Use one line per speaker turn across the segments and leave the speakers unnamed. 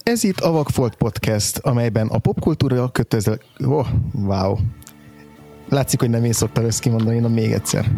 Ez itt a Vagfolt Podcast, amelyben a popkultúra kötelező... Oh, wow. Látszik, hogy nem én szoktam ezt kimondani, na még egyszer.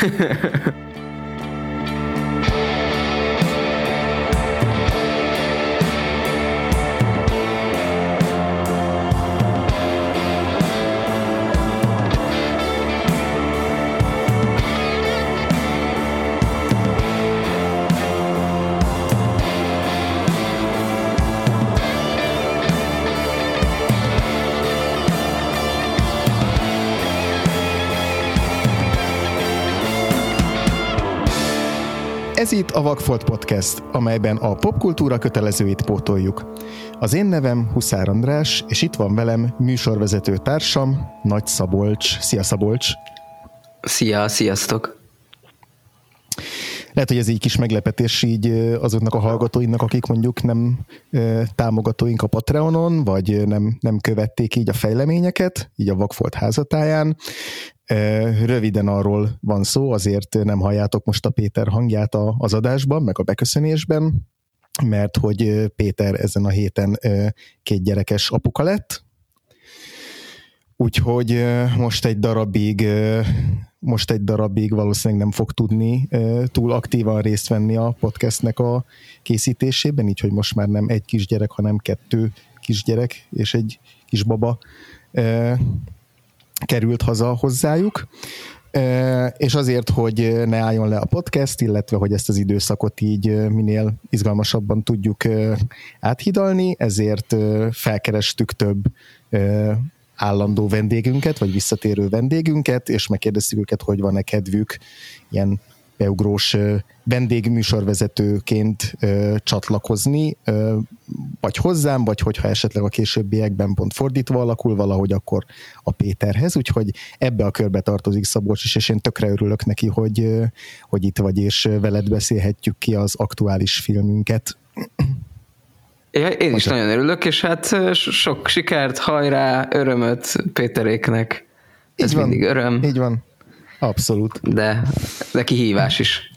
Ez itt a Vagfolt Podcast, amelyben a popkultúra kötelezőit pótoljuk. Az én nevem Huszár András, és itt van velem műsorvezető társam, Nagy Szabolcs. Szia, Szabolcs!
Sziasztok!
Lehet, hogy ez így kis meglepetés így azoknak a hallgatóinknak, akik mondjuk nem támogatóink a Patreonon, vagy nem követték így a fejleményeket, így a Vagfolt házatáján. Röviden arról van szó, azért nem halljátok most a Péter hangját az adásban, meg a beköszönésben, mert hogy Péter ezen a héten 2 gyerekes apuka lett, úgyhogy most egy darabig valószínűleg nem fog tudni túl aktívan részt venni a podcastnek a készítésében, így hogy most már nem 1 kisgyerek, hanem 2 kisgyerek és egy kisbaba került haza hozzájuk, és azért, hogy ne álljon le a podcast, illetve hogy ezt az időszakot így minél izgalmasabban tudjuk áthidalni, ezért felkerestük több állandó vendégünket, vagy visszatérő vendégünket, és megkérdeztük őket, hogy van-e kedvük ilyen beugrós vendégműsorvezetőként csatlakozni, vagy hozzám, vagy hogyha esetleg a későbbiekben pont fordítva alakul valahogy, akkor a Péterhez, úgyhogy ebbe a körbe tartozik Szabolcs is, és én tökre örülök neki, hogy itt vagy, és veled beszélhetjük ki az aktuális filmünket.
Én is nagyon örülök, és hát sok sikert, hajrá, örömöt Péteréknek. Ez így mindig öröm.
Így van, abszolút.
De kihívás is.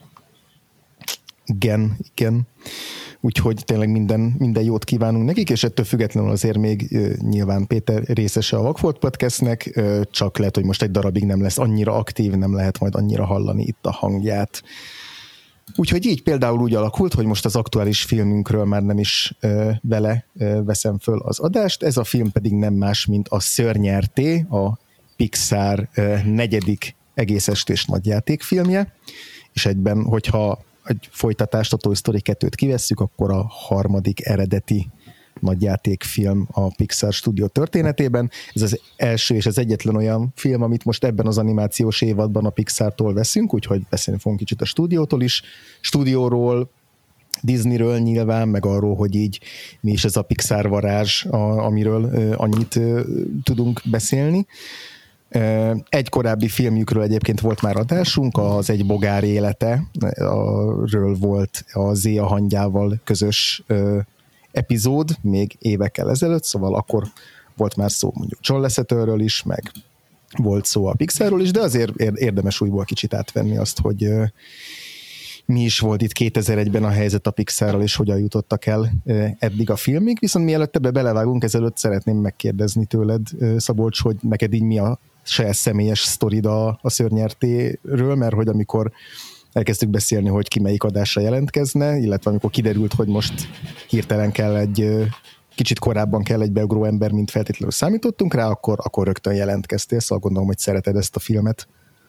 Igen. Úgyhogy tényleg minden jót kívánunk nekik, és ettől függetlenül azért még nyilván Péter részese a Vagfolt Podcastnek, csak lehet, hogy most egy darabig nem lesz annyira aktív, nem lehet majd annyira hallani itt a hangját. Úgyhogy így például úgy alakult, hogy most az aktuális filmünkről már nem is vele veszem föl az adást, ez a film pedig nem más, mint a Szörnyerté, a Pixar 4. egészestés nagyjátékfilmje, és egyben, hogyha egy folytatást, a Toy Story 2-t kivesszük, akkor a 3. eredeti nagyjátékfilm a Pixar stúdió történetében. Ez az első és az egyetlen olyan film, amit most ebben az animációs évadban a Pixartól veszünk, úgyhogy beszélni fogunk kicsit a stúdióról, Disneyről nyilván, meg arról, hogy így mi is ez a Pixar varázs, amiről annyit tudunk beszélni. Egy korábbi filmjükről egyébként volt már adásunk, az Egy bogár élete, ről volt a Zéa hangyával közös epizód, még évekkel ezelőtt, szóval akkor volt már szó mondjuk John Lasseterről is, meg volt szó a Pixarról is, de azért érdemes újból kicsit átvenni azt, hogy mi is volt itt 2001-ben a helyzet a Pixarral, és hogyan jutottak el eddig a filmig. Viszont mielőtt ebbe belevágunk, ezelőtt szeretném megkérdezni tőled, Szabolcs, hogy neked így mi a saját személyes sztorid a Szörnyertéről, mert hogy amikor elkezdtük beszélni, hogy ki melyik adásra jelentkezne, illetve amikor kiderült, hogy most hirtelen kicsit korábban kell egy beugró ember, mint feltétlenül számítottunk rá, akkor rögtön jelentkeztél, szóval gondolom, hogy szereted ezt a filmet.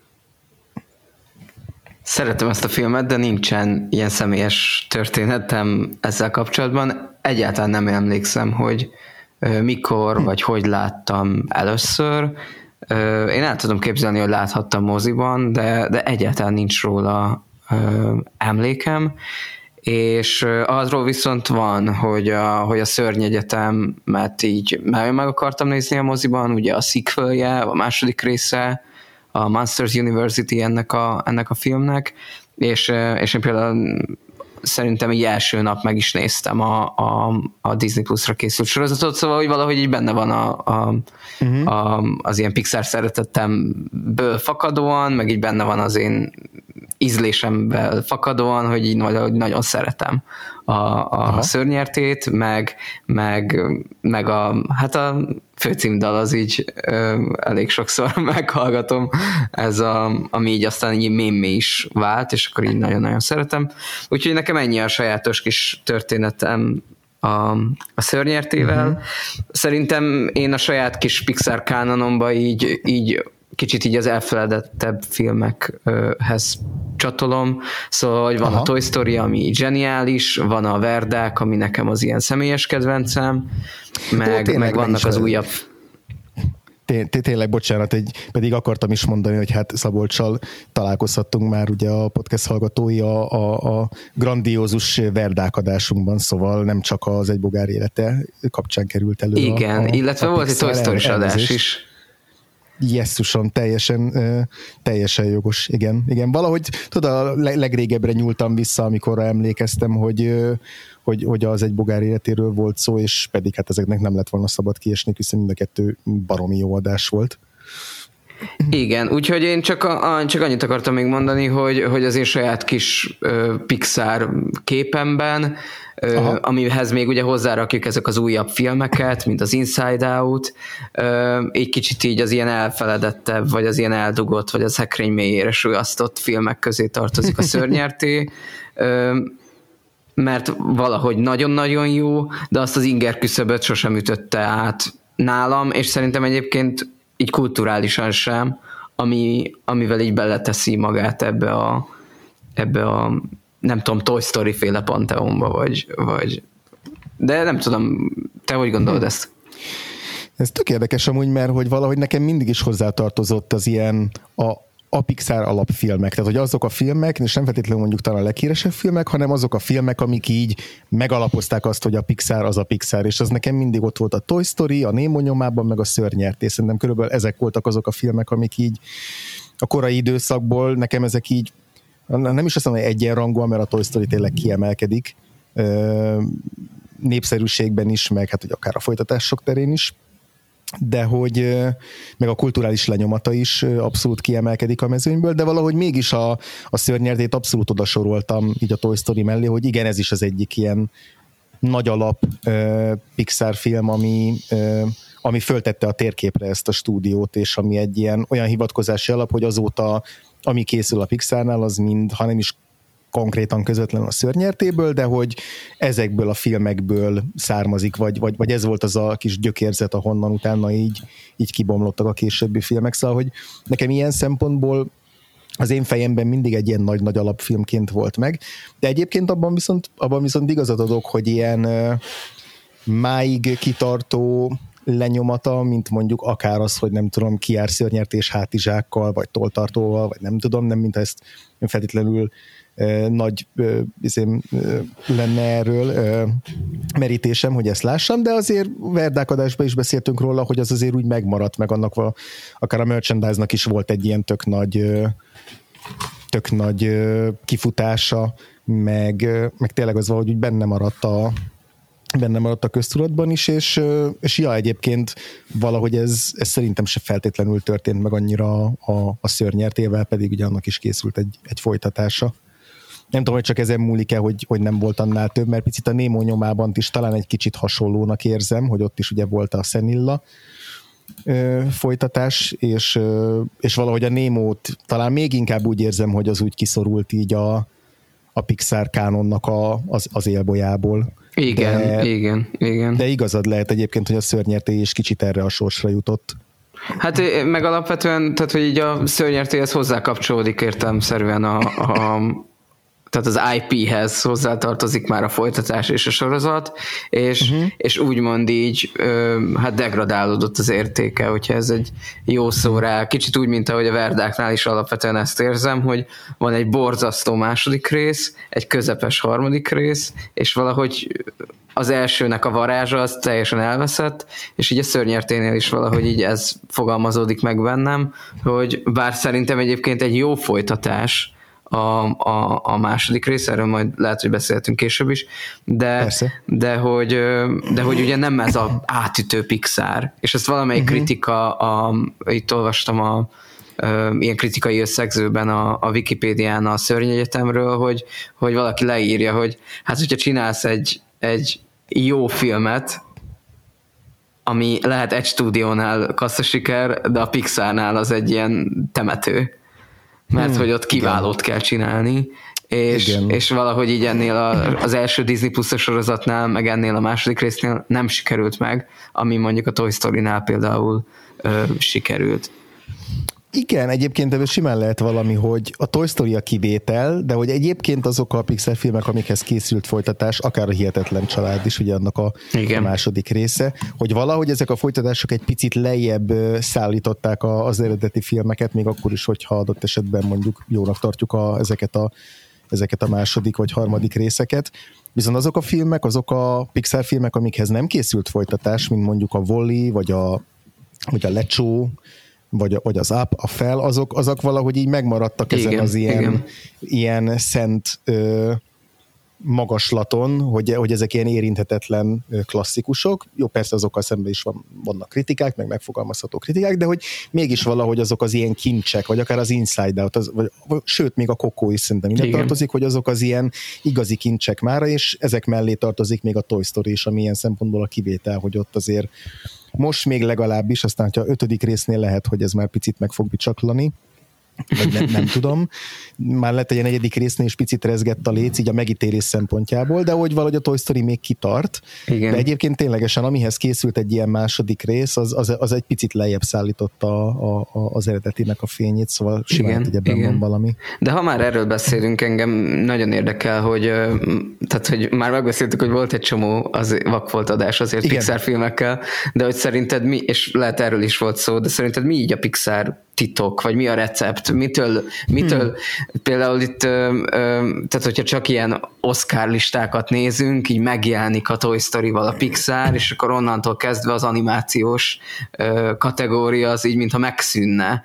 Szeretem ezt a filmet, de nincsen ilyen személyes történetem ezzel kapcsolatban. Egyáltalán nem emlékszem, hogy mikor vagy hogy láttam először. Én el tudom képzelni, hogy láthattam moziban, de egyáltalán nincs róla emlékem, és azról viszont van, hogy a Szörnyegyetemet így meg akartam nézni a moziban, ugye a sequelje, a 2. része, a Monsters University ennek a filmnek, és én például szerintem így első nap meg is néztem a Disney Plus-ra készült sorozatot, szóval hogy valahogy így benne van az ilyen Pixar szeretetemből fakadóan, meg így benne van az én ízlésemből fakadóan, hogy így nagyon szeretem a szörnyertét, meg a főcímdal az így elég sokszor meghallgatom, ami így aztán így mémé is vált, és akkor így nagyon-nagyon szeretem. Úgyhogy nekem ennyi a sajátos kis történetem a szörnyertével. Szerintem én a saját kis Pixar kánonomba így kicsit így az elfeledettebb filmekhez csatolom, szóval hogy van a Toy Story, ami zseniális, van a Verdák, ami nekem az ilyen személyes kedvencem, meg vannak az újabb...
Tényleg, bocsánat, pedig akartam is mondani, hogy hát Szabolccsal találkozhattunk már ugye a podcast hallgatói a grandiózus Verdák adásunkban, szóval nem csak az Egy bogár élete kapcsán került elő.
Igen, illetve volt egy Toy Story-s adás is.
Jesszuson, teljesen jogos, igen. Valahogy tudod, a legrégebbre nyúltam vissza, amikor emlékeztem, hogy az Egy bogár életéről volt szó, és pedig hát ezeknek nem lett volna szabad kiesni, hiszen mind a kettő baromi jó adás volt.
Igen, úgyhogy én csak annyit akartam még mondani, hogy az én saját kis Pixar képemben, amihez még ugye hozzárakjuk ezek az újabb filmeket, mint az Inside Out, egy kicsit így az ilyen elfeledettebb, vagy az ilyen eldugott, vagy a szekrény mélyére súlyasztott filmek közé tartozik a szörnyerté, mert valahogy nagyon-nagyon jó, de azt az inger küszöböt sosem ütötte át nálam, és szerintem egyébként így kulturálisan sem, amivel így beleteszi magát ebbe a nem tudom, Toy Story féle panteonba, vagy de nem tudom, te hogy gondolod ezt?
Ez tök érdekes amúgy, mert hogy valahogy nekem mindig is hozzátartozott az ilyen a Pixar alapfilmek, tehát hogy azok a filmek, és nem feltétlenül mondjuk talán a leghíresebb filmek, hanem azok a filmek, amik így megalapozták azt, hogy a Pixar az a Pixar, és az nekem mindig ott volt a Toy Story, a Nemo nyomában, meg a Szörnyerté. Szerintem körülbelül ezek voltak azok a filmek, amik így a korai időszakból nekem ezek így, nem is azt mondom, hogy egyenrangúan, mert a Toy Story tényleg kiemelkedik népszerűségben is, meg hát hogy akár a folytatások terén is, de hogy meg a kulturális lenyomata is abszolút kiemelkedik a mezőnyből, de valahogy mégis a Szörnyertét abszolút oda soroltam így a Toy Story mellé, hogy igen, ez is az egyik ilyen nagy alap Pixar film, ami föltette a térképre ezt a stúdiót, és ami egy ilyen olyan hivatkozási alap, hogy azóta, ami készül a Pixarnál, az mind, ha nem is konkrétan közvetlen a Szörnyertéből, de hogy ezekből a filmekből származik, vagy ez volt az a kis gyökérzet, ahonnan utána így kibomlottak a későbbi filmek. Szóval, hogy nekem ilyen szempontból az én fejemben mindig egy ilyen nagy-nagy alapfilmként volt meg, de egyébként abban viszont igazat adok, hogy ilyen máig kitartó lenyomata, mint mondjuk akár az, hogy nem tudom, kijár szörnyertés hátizsákkal, vagy tolltartóval, vagy nem tudom, nem mint ezt feltétlenül nagy lenne erről merítésem, hogy ezt lássam, de azért Verdák adásban is beszéltünk róla, hogy az azért úgy megmaradt, meg annak akár a merchandise-nak is volt egy ilyen tök nagy kifutása, meg tényleg az valahogy úgy benne maradt a köztudatban is, és ja, egyébként valahogy ez szerintem se feltétlenül történt meg annyira a Szörnyertével, pedig ugye annak is készült egy folytatása. Nem tudom, hogy csak ezen múlik-e, hogy nem volt annál több, mert picit a Nemo nyomában is talán egy kicsit hasonlónak érzem, hogy ott is ugye volt a Szenilla folytatás, és valahogy a Némót talán még inkább úgy érzem, hogy az úgy kiszorult így a Pixar kánonnak az élbolyából.
Igen.
De igazad lehet egyébként, hogy a Szörnyerté is kicsit erre a sorsra jutott.
Hát meg alapvetően, tehát hogy így a Szörnyertéhez hozzá kapcsolódik értelemszerűen tehát az IP-hez hozzátartozik már a folytatás és a sorozat, és úgymond így hát degradálódott az értéke, hogyha ez egy jó szó rá. Kicsit úgy, mint ahogy a Verdáknál is alapvetően ezt érzem, hogy van egy borzasztó második rész, egy közepes harmadik rész, és valahogy az elsőnek a varázsa az teljesen elveszett, és így a Szörnyerténél is valahogy így ez fogalmazódik meg bennem, hogy bár szerintem egyébként egy jó folytatás a második rész, erről majd lehet, hogy beszélhetünk később is, de hogy ugye nem ez az átütő Pixar, és ezt valamelyik kritika, itt olvastam ilyen kritikai összegzőben a Wikipédián a Szörnyegyetemről, hogy valaki leírja, hogy hát hogyha csinálsz egy jó filmet, ami lehet egy stúdiónál kasszasiker, de a Pixarnál az egy ilyen temető, mert hogy ott kiválót kell csinálni, és valahogy így ennél az első Disney Plus-os sorozatnál, meg ennél a második résznél nem sikerült meg, ami mondjuk a Toy Story-nál például sikerült.
Igen, egyébként ebből simán lehet valami, hogy a Toy Story a kivétel, de hogy egyébként azok a Pixar filmek, amikhez készült folytatás, akár a Hihetetlen család is, ugye annak a második része, hogy valahogy ezek a folytatások egy picit lejjebb szállították az eredeti filmeket, még akkor is, hogyha adott esetben mondjuk jónak tartjuk ezeket a második vagy harmadik részeket. Viszont azok a filmek, azok a Pixar filmek, amikhez nem készült folytatás, mint mondjuk a Wall-E, vagy a Lecsó, vagy az Up, a Fel, azok valahogy így megmaradtak ezen az ilyen szent magaslaton, hogy ezek ilyen érinthetetlen klasszikusok. Jó, persze azokkal szemben is vannak kritikák, meg megfogalmazható kritikák, de hogy mégis valahogy azok az ilyen kincsek, vagy akár az Inside Out, sőt, még a Coco is szerintem ide tartozik, hogy azok az ilyen igazi kincsek mára, és ezek mellé tartozik még a Toy Story is, ami ilyen szempontból a kivétel, hogy ott azért most még legalábbis, aztán, hogyha 5. résznél lehet, hogy ez már picit meg fog bicsaklani, vagy nem tudom. Már lett egy 4. résznél is picit rezgett a léc, így a megítélés szempontjából, de hogy valahogy a Toy Story még kitart. Igen. De egyébként ténylegesen, amihez készült egy ilyen második rész, az egy picit lejjebb szállította az eredetinek a fényét, szóval simán, hogy ebben van valami.
De ha már erről beszélünk, engem nagyon érdekel, hogy már megbeszéltük, hogy volt egy csomó vakfolt adás azért Pixar filmekkel, de hogy szerinted mi, és lehet erről is volt szó, de szerinted mi így a Pixar titok, vagy mi a recept? Mitől például itt, tehát hogyha csak ilyen Oscar listákat nézünk, így megjelenik a Toy Story-val a Pixar, és akkor onnantól kezdve az animációs kategória az így mintha megszűnne,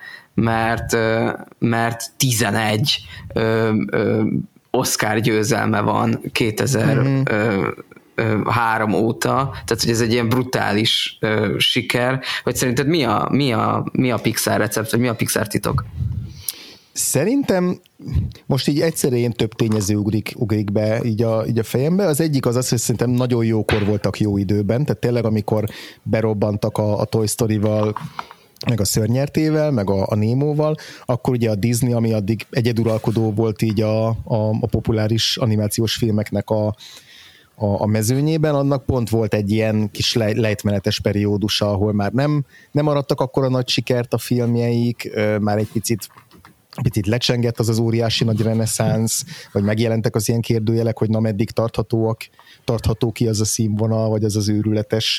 mert 11 Oscar győzelme van 2003 óta, tehát hogy ez egy ilyen brutális siker, hogy szerinted mi a Pixar recept, vagy mi a Pixar titok?
Szerintem most így egyszerre ilyen több tényező ugrik be így a fejembe. Az egyik az, hogy szerintem nagyon jókor voltak jó időben, tehát tényleg amikor berobbantak a Toy Story-val, meg a Szörnyertével, meg a Némóval, akkor ugye a Disney, ami addig egyeduralkodó volt így a populáris animációs filmeknek a mezőnyében, annak pont volt egy ilyen kis lejtmenetes periódusa, ahol már nem arattak akkora nagy sikert a filmjeik, már egy picit lecsengett az óriási nagy reneszánsz, vagy megjelentek az ilyen kérdőjelek, hogy na meddig tartható ki az a színvonal, vagy az őrületes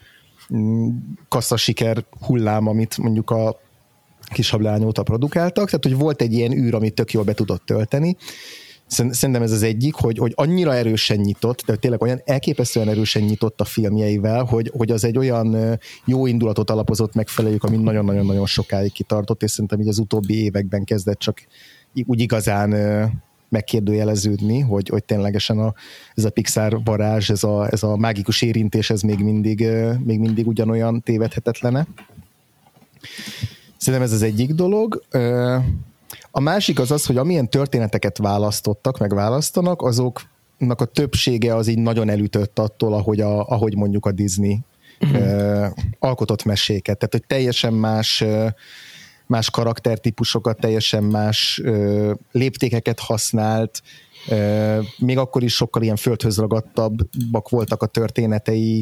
kasszasiker hullám, amit mondjuk a Kishableány óta produkáltak, tehát hogy volt egy ilyen űr, amit tök jól be tudott tölteni. Szerintem ez az egyik, hogy annyira erősen nyitott, de tényleg olyan elképesztően erősen nyitott a filmjeivel, hogy az egy olyan jó indulatot alapozott meg feléjük, ami nagyon-nagyon-nagyon sokáig kitartott, és szerintem így az utóbbi években kezdett csak úgy igazán megkérdőjeleződni, hogy ténylegesen ez a Pixar varázs, ez a mágikus érintés, ez még mindig ugyanolyan tévedhetetlene. Szerintem ez az egyik dolog. A másik az, hogy amilyen történeteket választottak, meg választanak, azoknak a többsége az így nagyon elütött attól, ahogy mondjuk a Disney alkotott meséket. Tehát, hogy teljesen más karaktertípusokat, teljesen más léptékeket használt, még akkor is sokkal ilyen földhöz ragadtabbak voltak a történetei,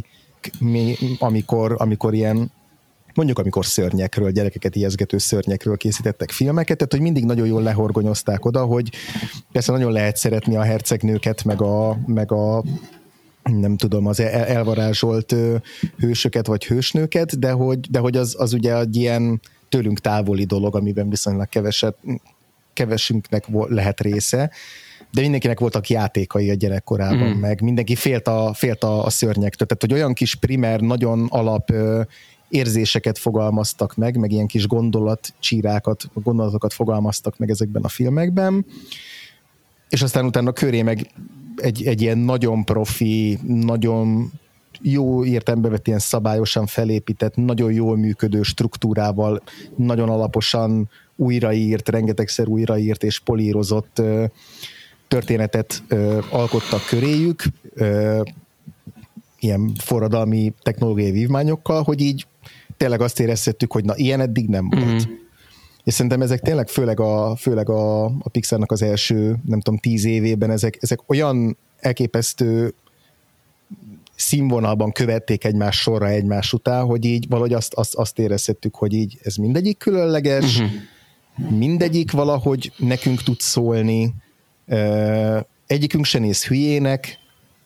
amikor ilyen mondjuk amikor szörnyekről, gyerekeket ijesztgető szörnyekről készítettek filmeket, tehát hogy mindig nagyon jól lehorgonyozták oda, hogy persze nagyon lehet szeretni a hercegnőket, meg a nem tudom, az elvarázsolt hősöket vagy hősnőket, de hogy az ugye egy ilyen tőlünk távoli dolog, amiben viszonylag kevesünknek lehet része, de mindenkinek voltak játékai a gyerekkorában, meg mindenki félt a szörnyektől, tehát hogy olyan kis primer, nagyon alap érzéseket fogalmaztak meg ilyen kis gondolatokat fogalmaztak meg ezekben a filmekben, és aztán utána köré meg egy ilyen nagyon profi, nagyon jó értelembe vett ilyen szabályosan felépített, nagyon jól működő struktúrával, nagyon alaposan újraírt, rengetegszer újraírt és polírozott történetet alkottak köréjük, ilyen forradalmi technológiai vívmányokkal, hogy így tényleg azt érezhettük, hogy na, ilyen eddig nem volt. És szerintem ezek tényleg főleg a Pixarnak az első, nem tudom, 10 évében ezek olyan elképesztő színvonalban követték egymás sorra egymás után, hogy így valahogy azt érezhettük, hogy így ez mindegyik különleges, mindegyik valahogy nekünk tud szólni, egyikünk se néz hülyének,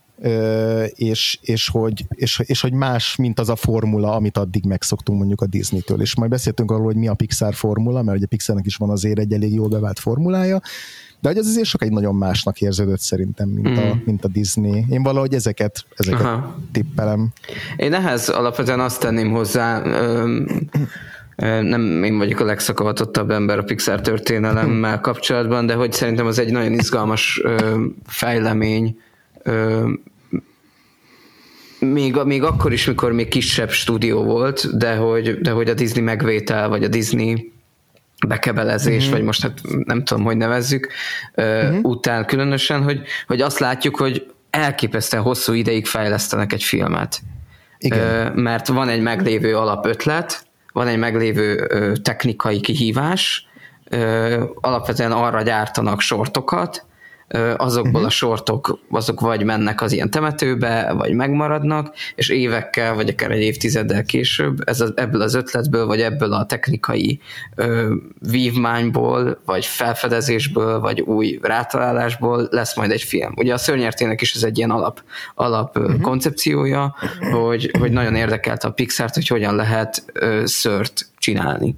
és hogy más, mint az a formula, amit addig megszoktunk mondjuk a Disney-től. És majd beszéltünk arról, hogy mi a Pixar formula, mert ugye a Pixarnak is van azért egy elég jól bevált formulája, de hogy az azért sokáig nagyon másnak érződött szerintem, mint a Disney. Én valahogy ezeket tippelem.
Én ehhez alapvetően azt tenném hozzá, nem én vagyok a legszakavatottabb ember a Pixar történelemmel kapcsolatban, de hogy szerintem az egy nagyon izgalmas fejlemény, még akkor is, mikor még kisebb stúdió volt, de hogy a Disney megvétel, vagy a Disney bekebelezés, vagy most hát nem tudom, hogy nevezzük, után különösen, hogy azt látjuk, hogy elképesztően hosszú ideig fejlesztenek egy filmet. Igen. Mert van egy meglévő alapötlet, van egy meglévő technikai kihívás, alapvetően arra gyártanak sortokat, azokból a sortok, azok vagy mennek az ilyen temetőbe, vagy megmaradnak, és évekkel, vagy akár egy évtizeddel később ebből az ötletből, vagy ebből a technikai vívmányból, vagy felfedezésből, vagy új rátalálásból lesz majd egy film. Ugye a Szörnyertének is ez egy ilyen alap koncepciója, hogy nagyon érdekelte a Pixart, hogy hogyan lehet szőrt csinálni.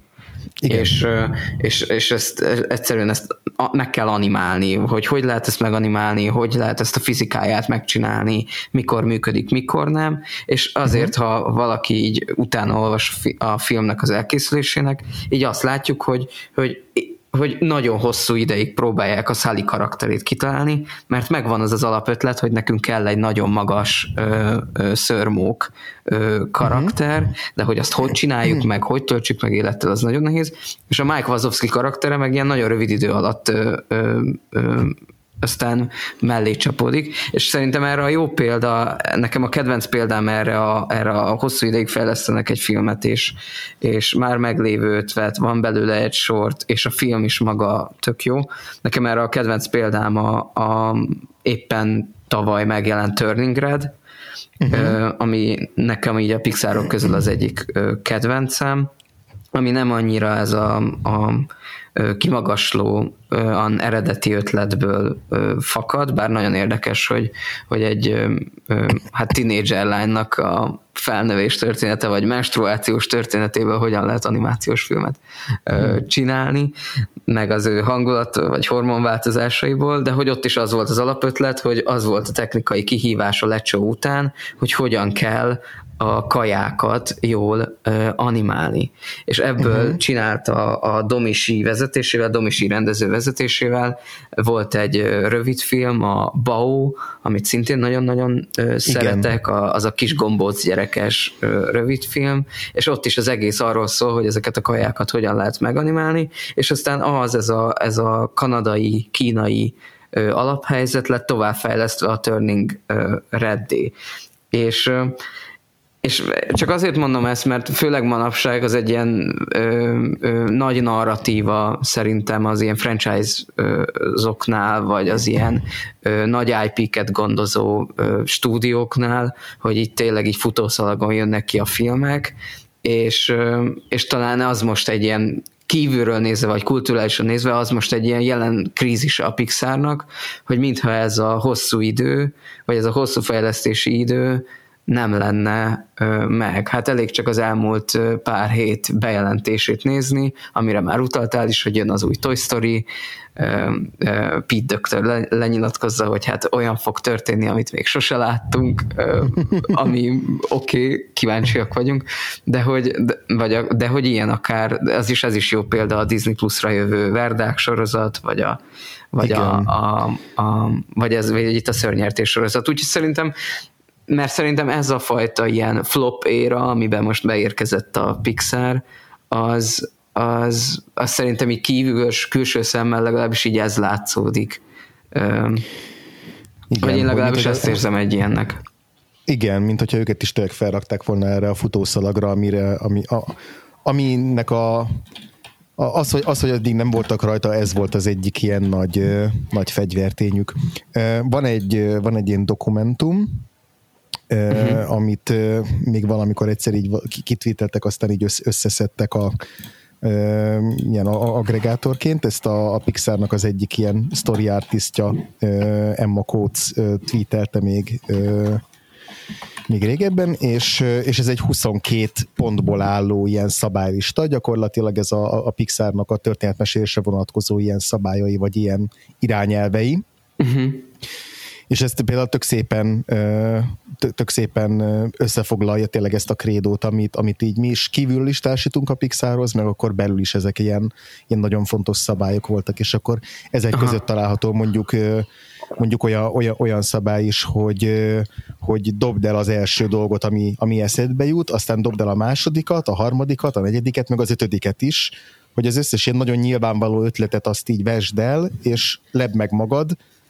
És egyszerűen ezt meg kell animálni, hogy lehet ezt meganimálni, hogy lehet ezt a fizikáját megcsinálni, mikor működik, mikor nem, és azért, ha valaki így utána olvas a filmnek az elkészülésének, így azt látjuk, hogy nagyon hosszú ideig próbálják a Sully karakterét kitalálni, mert megvan az alapötlet, hogy nekünk kell egy nagyon magas szőrmók karakter, de hogy azt hogy csináljuk meg, hogy töltsük meg élettel, az nagyon nehéz, és a Mike Wazowski karaktere meg ilyen nagyon rövid idő alatt aztán mellé csapódik, és szerintem erre a jó példa, nekem a kedvenc példám erre a hosszú ideig fejlesztenek egy filmet, és már meglévő ötlet, van belőle egy sort, és a film is maga tök jó. Nekem erre a kedvenc példám a éppen tavaly megjelent Turning Red, ami nekem így a Pixarok közül az egyik kedvencem, ami nem annyira ez a kimagaslóan eredeti ötletből fakad, bár nagyon érdekes, hogy egy teenager lánynak a felnövés története, vagy menstruációs történetéből hogyan lehet animációs filmet csinálni, meg az ő hangulat, vagy hormonváltozásaiból, de hogy ott is az volt az alapötlet, hogy az volt a technikai kihívás a lecsó után, hogy hogyan kell a kajákat jól animálni. És ebből csinálta a Domisi vezetésével, Domisi rendező vezetésével volt egy rövid film, a Bao, amit szintén nagyon-nagyon szeretek, az a kis gombóc gyerekes rövid film, és ott is az egész arról szól, hogy ezeket a kajákat hogyan lehet meganimálni, és aztán ez a kanadai, kínai alaphelyzet lett továbbfejlesztve a Turning Red-dé. És csak azért mondom ezt, mert főleg manapság az egy ilyen nagy narratíva szerintem az ilyen franchise-oknál, vagy az ilyen nagy IP-ket gondozó stúdióknál, hogy itt tényleg így futószalagon jönnek ki a filmek, és talán az most egy ilyen kívülről nézve, vagy kulturálisan nézve, az most egy ilyen jelen krízis a Pixarnak, hogy mintha ez a hosszú idő, vagy ez a hosszú fejlesztési idő nem lenne meg. Hát elég csak az elmúlt pár hét bejelentését nézni, amire már utaltál is, hogy jön az új Toy Story, Pete Docter lenyilatkozza, hogy hát olyan fog történni, amit még sose láttunk, ami oké, kíváncsiak vagyunk, de hogy ilyen akár, ez is jó példa a Disney Plus-ra jövő Verdák sorozat, vagy itt a Szörnyertés sorozat. Úgyhogy szerintem mert szerintem ez a fajta ilyen flop éra, amiben most beérkezett a Pixar, az szerintem így külső szemmel legalábbis így ez látszódik. Igen, vagy én legalábbis ezt érzem egy ilyennek.
Igen, mint hogyha őket is tényleg felrakták volna erre a futószalagra, aminek az, hogy addig nem voltak rajta, ez volt az egyik ilyen nagy fegyvertényük. Van egy ilyen dokumentum, amit még valamikor egyszer így kitvíteltek, aztán így összeszedtek ilyen aggregátorként. Ezt a Pixarnak az egyik ilyen story artistja, Emma Coates tweetelte még régebben, és ez egy 22 pontból álló ilyen szabálylista, gyakorlatilag ez a Pixarnak a történetmesélésre vonatkozó ilyen szabályai, vagy ilyen irányelvei. És ezt például tök szépen összefoglalja tényleg ezt a krédót, amit így mi is kívül is társítunk a Pixarhoz, meg akkor belül is ezek ilyen nagyon fontos szabályok voltak, és akkor ezek között található mondjuk olyan szabály is, hogy dobd el az első dolgot, ami eszedbe jut, aztán dobd el a másodikat, a harmadikat, a negyediket, meg az ötödiket is, hogy az összes ilyen nagyon nyilvánvaló ötletet azt így vesd el, és ledd meg magad,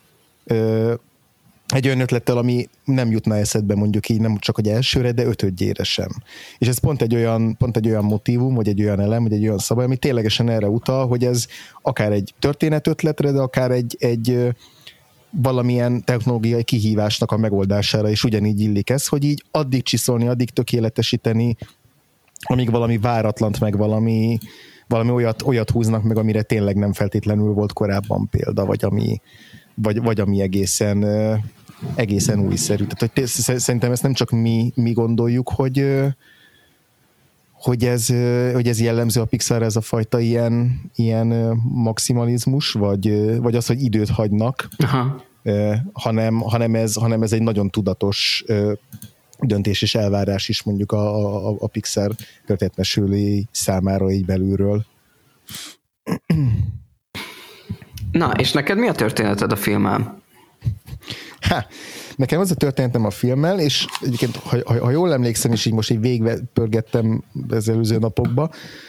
egy olyan ötlettel, ami nem jutna eszedbe mondjuk így nem csak egy elsőre, de ötödjére sem. És ez pont egy olyan motívum, vagy egy olyan elem, vagy egy olyan szabály, ami ténylegesen erre utal, hogy ez akár egy történetötletre, de akár egy valamilyen technológiai kihívásnak a megoldására is ugyanígy illik ez, hogy így addig csiszolni, addig tökéletesíteni, amíg valami váratlant, meg valami olyat húznak meg, amire tényleg nem feltétlenül volt korábban példa, vagy ami egészen újszerű. Tehát hogy szerintem ezt nem csak mi gondoljuk, hogy ez jellemző a Pixarra, ez a fajta ilyen maximalizmus, vagy az, hogy időt hagynak, hanem ez egy nagyon tudatos döntés és elvárás is mondjuk a Pixar történetmesélői számára így belülről.
Na, és neked mi a történeted a filmmel?
Nekem az a történetem a filmmel, és egyébként, ha jól emlékszem, és így most így végigpörgettem az előző napokban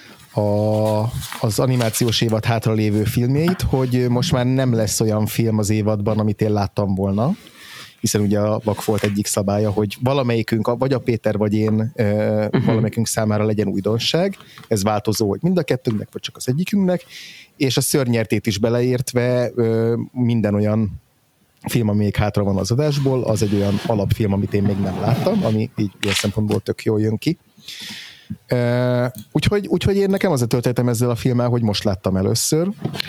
az animációs évad hátralévő filmjeit, hogy most már nem lesz olyan film az évadban, amit én láttam volna, hiszen ugye a Vakfolt egyik szabálya, hogy valamelyikünk, vagy a Péter, vagy én, valamelyikünk számára legyen újdonság. Ez változó, hogy mind a kettőnknek, vagy csak az egyikünknek, és a Szörnyertét is beleértve minden olyan film, ami még hátra van az adásból, az egy olyan alapfilm, amit én még nem láttam, ami így ilyen szempontból tök jól jön ki. Úgyhogy én nekem az a történetem ezzel a filmmel, hogy most láttam először.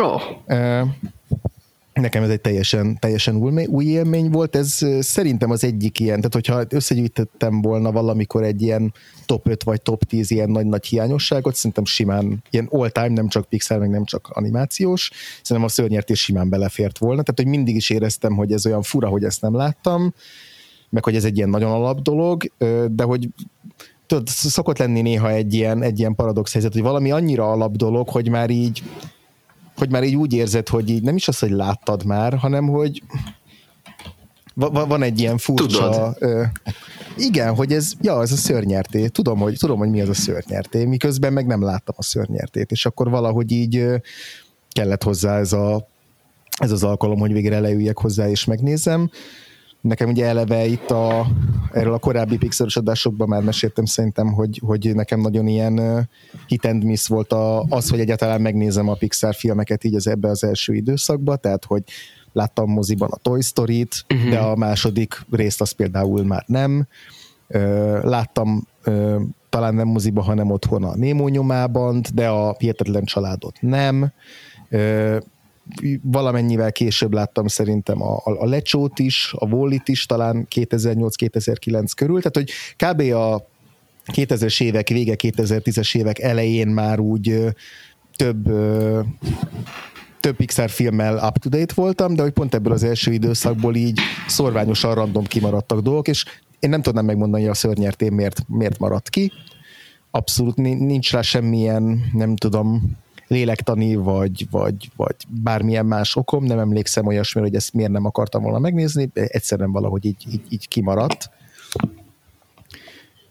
Nekem ez egy teljesen új élmény volt, ez szerintem az egyik ilyen, tehát hogyha összegyűjtöttem volna valamikor egy ilyen top 5 vagy top 10 ilyen nagy hiányosságot, szerintem simán ilyen all time, nem csak Pixar, meg nem csak animációs, szerintem a Szörnyertés simán belefért volna, tehát hogy mindig is éreztem, hogy ez olyan fura, hogy ezt nem láttam, meg hogy ez egy ilyen nagyon alap dolog, de hogy tudod, szokott lenni néha egy ilyen paradox helyzet, hogy valami annyira alap dolog, hogy már így úgy érzed, hogy így nem is az, hogy láttad már, hanem hogy van egy ilyen furcsa... igen, hogy ez a Szörnyerté. Tudom, hogy mi az a Szörnyerté, miközben meg nem láttam a Szörnyertét, és akkor valahogy így kellett hozzá ez az alkalom, hogy végre leüljek hozzá és megnézem. Nekem ugye eleve itt erről a korábbi Pixar-os adásokban már meséltem szerintem, hogy nekem nagyon ilyen hit and miss volt az, hogy egyáltalán megnézem a Pixar filmeket így ebbe az első időszakban, tehát hogy láttam moziban a Toy Story-t, de a második részt azt például már nem. Láttam talán nem moziban, hanem otthon a Nemo nyomában, de a Hihetetlen családot nem. Valamennyivel később láttam szerintem a Lecsót is, a Wall-It is, talán 2008-2009 körül, tehát hogy kb. A 2000-es évek vége, 2010-es évek elején már úgy több Pixar filmmel up-to-date voltam, de hogy pont ebből az első időszakból így szorványosan random kimaradtak dolgok, és én nem tudnám megmondani, hogy a Szörnyertén miért maradt ki. Abszolút nincs rá semmilyen, nem tudom, lélektani, vagy bármilyen más okom, nem emlékszem olyasmire, hogy ezt miért nem akartam volna megnézni, egyszerűen valahogy így kimaradt.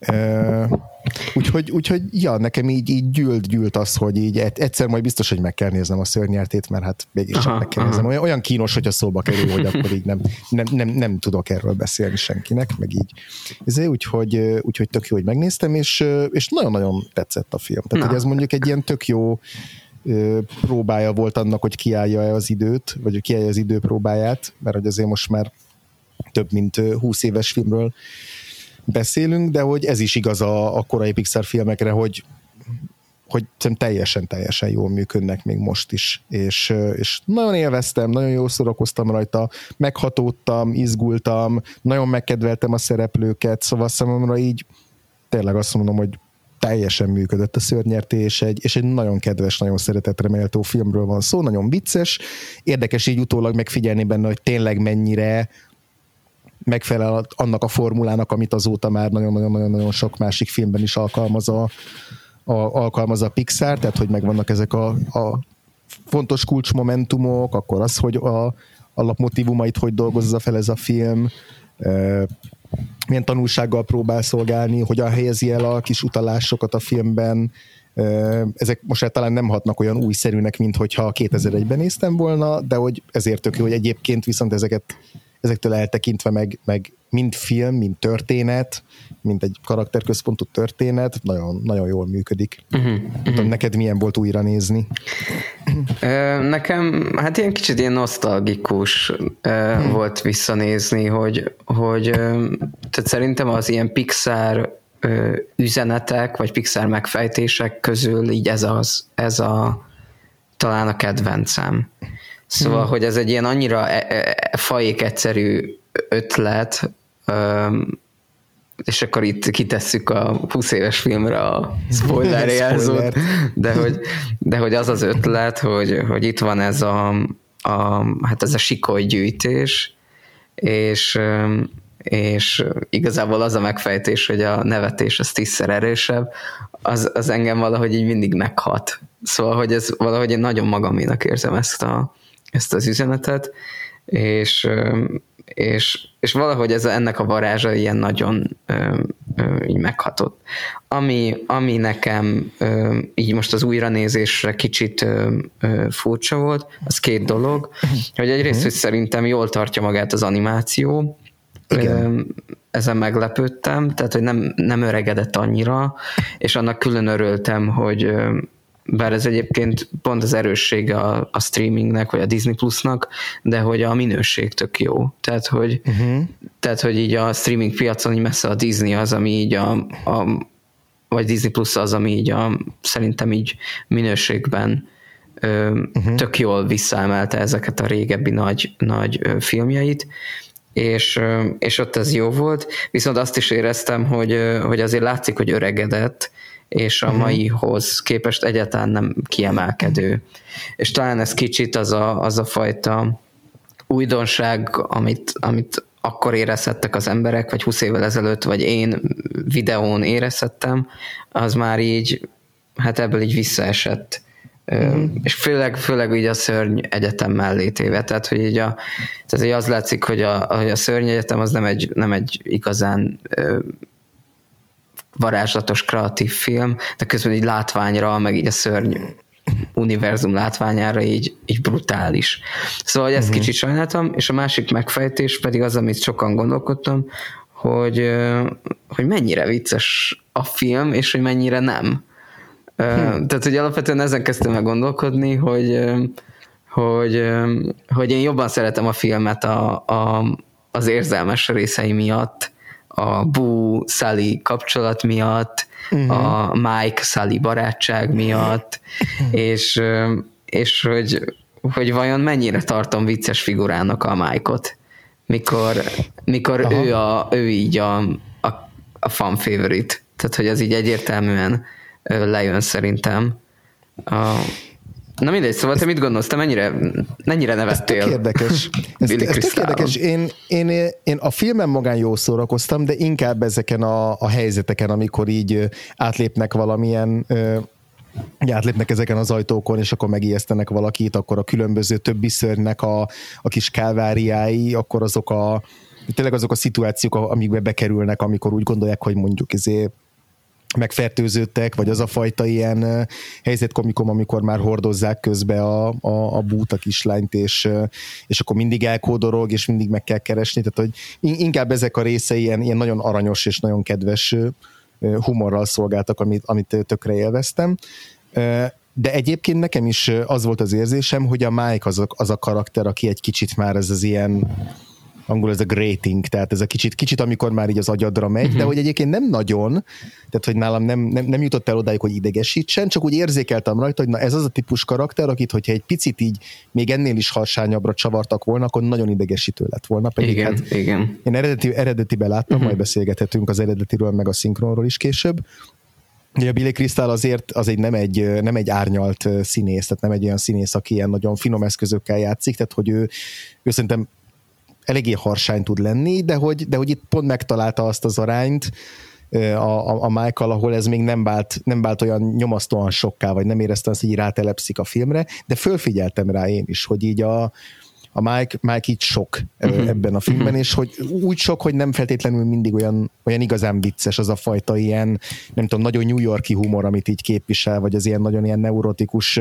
Úgyhogy ja, nekem így gyűlt az, hogy így egyszer majd biztos, hogy meg kell néznem a Szörnyertét, mert hát mégiscsak meg kell néznem. Olyan kínos, hogyha szóba kerül, hogy akkor így nem tudok erről beszélni senkinek, meg így. Úgyhogy tök jó, hogy megnéztem, és nagyon-nagyon tetszett a film. Tehát, hogy ez mondjuk egy ilyen tök jó próbája volt annak, hogy kiállja az időt, vagy hogy kiállja az idő próbáját, mert hogy azért most már több mint 20 éves filmről beszélünk, de hogy ez is igaz a korai Pixar filmekre, hogy teljesen jól működnek még most is, és nagyon élveztem, nagyon jól szórakoztam rajta, meghatódtam, izgultam, nagyon megkedveltem a szereplőket, szóval számomra így tényleg azt mondom, hogy teljesen működött a Szörnyertés, és egy nagyon kedves, nagyon szeretetre méltó filmről van szó, nagyon vicces, érdekes így utólag megfigyelni benne, hogy tényleg mennyire megfelel annak a formulának, amit azóta már nagyon-nagyon sok másik filmben is alkalmaz a Pixar, tehát hogy megvannak ezek a fontos kulcsmomentumok, akkor az, hogy a alapmotívumait hogy dolgozza fel ez a film, milyen tanulsággal próbál szolgálni, hogyan helyezi el a kis utalásokat a filmben. Ezek most már talán nem hatnak olyan újszerűnek, mint hogyha 2001-ben néztem volna, de hogy ezért tök jó, hogy egyébként viszont ezektől eltekintve meg mind film, mind történet, mind egy karakterközpontú történet, nagyon, nagyon jól működik. Tudom, neked milyen volt újra nézni?
Nekem hát ilyen kicsit ilyen nosztalgikus volt visszanézni, hogy tehát szerintem az ilyen Pixar üzenetek, vagy Pixar megfejtések közül így ez a talán a kedvencem. Szóval, hogy ez egy ilyen annyira fajék egyszerű ötlet, és akkor itt kitesszük a 20 éves filmre a spoiler jelzót, de hogy az ötlet, hogy itt van ez hát ez a sikolygyűjtés, és igazából az a megfejtés, hogy a nevetés az 10-szer erősebb, az engem valahogy így mindig meghat. Szóval, hogy ez valahogy én nagyon magaménak érzem ezt az üzenetet, és valahogy ennek a varázsa ilyen nagyon így meghatott. Ami nekem így most az újranézésre kicsit furcsa volt, az két dolog, hogy egyrészt, hogy szerintem jól tartja magát az animáció, ezen meglepődtem, tehát, hogy nem öregedett annyira, és annak külön örültem, hogy bár ez egyébként pont az erőssége a streamingnek, vagy a Disney Plusnak, de hogy a minőség tök jó. Tehát, hogy így a streaming piacon így messze a Disney az, ami így vagy Disney Plus az, ami így szerintem így minőségben tök jól visszaemelte ezeket a régebbi nagy filmjeit, és ott ez jó volt, viszont azt is éreztem, hogy azért látszik, hogy öregedett, és a maihoz képest egyáltalán nem kiemelkedő. És talán ez kicsit az a fajta újdonság, amit akkor érezhettek az emberek, vagy 20 évvel ezelőtt, vagy én videón érezhettem, az már így, hát ebből így visszaesett. És főleg így a Szörny Egyetem mellé téve. Tehát, hogy így tehát, hogy az látszik, hogy a Szörny Egyetem az nem egy igazán varázslatos, kreatív film, de közben így látványra, meg így a Szörny univerzum látványára így brutális. Szóval ezt kicsit sajnáltam, és a másik megfejtés pedig az, amit sokan gondolkodtam, hogy mennyire vicces a film, és hogy mennyire nem. Tehát, hogy alapvetően ezen kezdtem meg gondolkodni, hogy én jobban szeretem a filmet az érzelmes részei miatt, a Boo-Sully kapcsolat miatt, a Mike-Sully barátság miatt, és hogy vajon mennyire tartom vicces figurának a Mike-ot, mikor ő így a fan favorite. Tehát, hogy ez így egyértelműen lejön szerintem. Na mindegy, szóval te mit gondolsz? Te mennyire nevettél?
Ez tök érdekes. Ez tök érdekes. Én a filmen magán jól szórakoztam, de inkább ezeken a helyzeteken, amikor így átlépnek valamilyen átlépnek ezeken az ajtókon, és akkor megijesztenek valakit, akkor a különböző többi szörnynek a kis kálváriái, akkor azok tényleg azok a szituációk, amikbe bekerülnek, amikor úgy gondolják, hogy mondjuk megfertőződtek, vagy az a fajta ilyen helyzetkomikom, amikor már hordozzák közbe a bút, a kislányt, és akkor mindig elkódorog, és mindig meg kell keresni, tehát hogy inkább ezek a részei ilyen nagyon aranyos és nagyon kedves humorral szolgáltak, amit tökre élveztem. De egyébként nekem is az volt az érzésem, hogy a Mike az a karakter, aki egy kicsit már ez az ilyen, angol ez a grating, tehát ez a kicsit amikor már így az agyadra megy, de hogy egyébként nem nagyon, tehát hogy nálam nem jutott el odáig, hogy idegesítsen, csak úgy érzékeltem rajta, hogy na ez az a típus karakter, akit, hogyha egy picit így még ennél is harsányabbra csavartak volna, akkor nagyon idegesítő lett volna. Pedig
igen,
hát
igen.
Én eredetiben láttam, majd beszélgethetünk az eredetiről, meg a szinkronról is később. A Billy Crystal azért nem egy árnyalt színész, tehát nem egy olyan színész, aki ilyen nagyon finom eszközökkel játszik, tehát hogy ő szerintem eléggé harsány tud lenni, de hogy itt pont megtalálta azt az arányt a Michael, ahol ez még nem vált olyan nyomasztóan sokká, vagy nem éreztem azt, hogy így rátelepszik a filmre, de fölfigyeltem rá én is, hogy így a Mike így sok ebben a filmben, és hogy úgy sok, hogy nem feltétlenül mindig olyan igazán vicces az a fajta ilyen, nem tudom, nagyon New York-i humor, amit így képvisel, vagy az ilyen nagyon ilyen neurotikus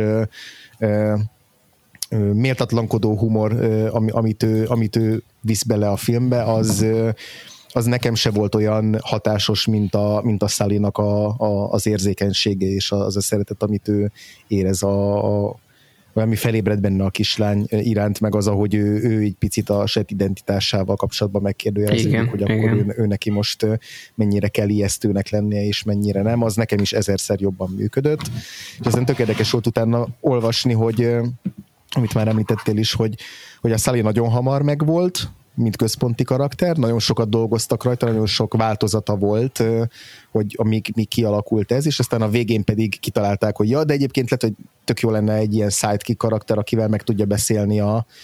méltatlankodó humor, amit ő visz bele a filmbe, az nekem se volt olyan hatásos, mint a Sullynak az érzékenysége és az a szeretet, amit ő érez ami felébred benne a kislány iránt, meg az, ahogy ő egy picit a saját identitásával kapcsolatban megkérdőjelezik, hogy akkor ő neki most mennyire kell ijesztőnek lennie, és mennyire nem, az nekem is ezerszer jobban működött. És aztán tök érdekes volt utána olvasni, hogy amit már említettél is, hogy a Sully nagyon hamar megvolt, mint központi karakter, nagyon sokat dolgoztak rajta, nagyon sok változata volt, hogy amíg kialakult ez, és aztán a végén pedig kitalálták, hogy ja, de egyébként lehet, hogy tök jó lenne egy ilyen sidekick karakter, akivel meg tudja beszélni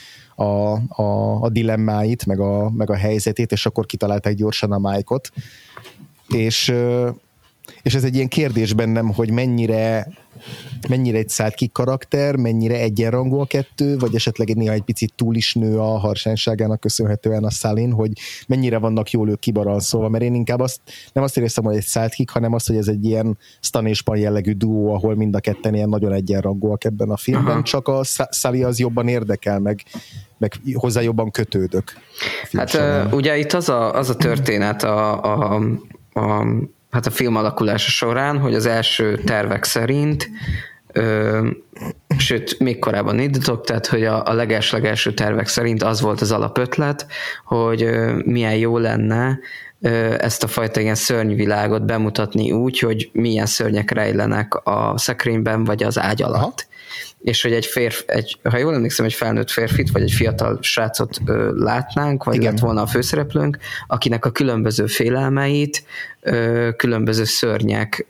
a dilemmáit, meg a helyzetét, és akkor kitalálták gyorsan a Mike-ot. És ez egy ilyen kérdés bennem, hogy mennyire egy sidekick karakter, mennyire egyenrangú a kettő, vagy esetleg néha egy picit túl is nő a harsányságának köszönhetően a Sullyn, hogy mennyire vannak jól ők kibalanszolva, mert én inkább nem azt éreztem, hogy egy sidekick, hanem azt, hogy ez egy ilyen Stan és Pan jellegű duó, ahol mind a ketten ilyen nagyon egyenrangúak ebben a filmben,
aha,
csak a Sully az jobban érdekel, meg hozzá jobban kötődök.
Hát ugye itt az a történet hát a film alakulása során, hogy az első tervek szerint, sőt, még korábban indítok, tehát, hogy a leges-legelső tervek szerint az volt az alapötlet, hogy milyen jó lenne ezt a fajta ilyen szörnyvilágot bemutatni úgy, hogy milyen szörnyek rejlenek a szekrényben, vagy az ágy alatt. Aha. És hogy ha jól emlékszem, egy felnőtt férfit, vagy egy fiatal srácot látnánk, vagy lett volna a főszereplőnk, akinek a különböző félelmeit különböző szörnyek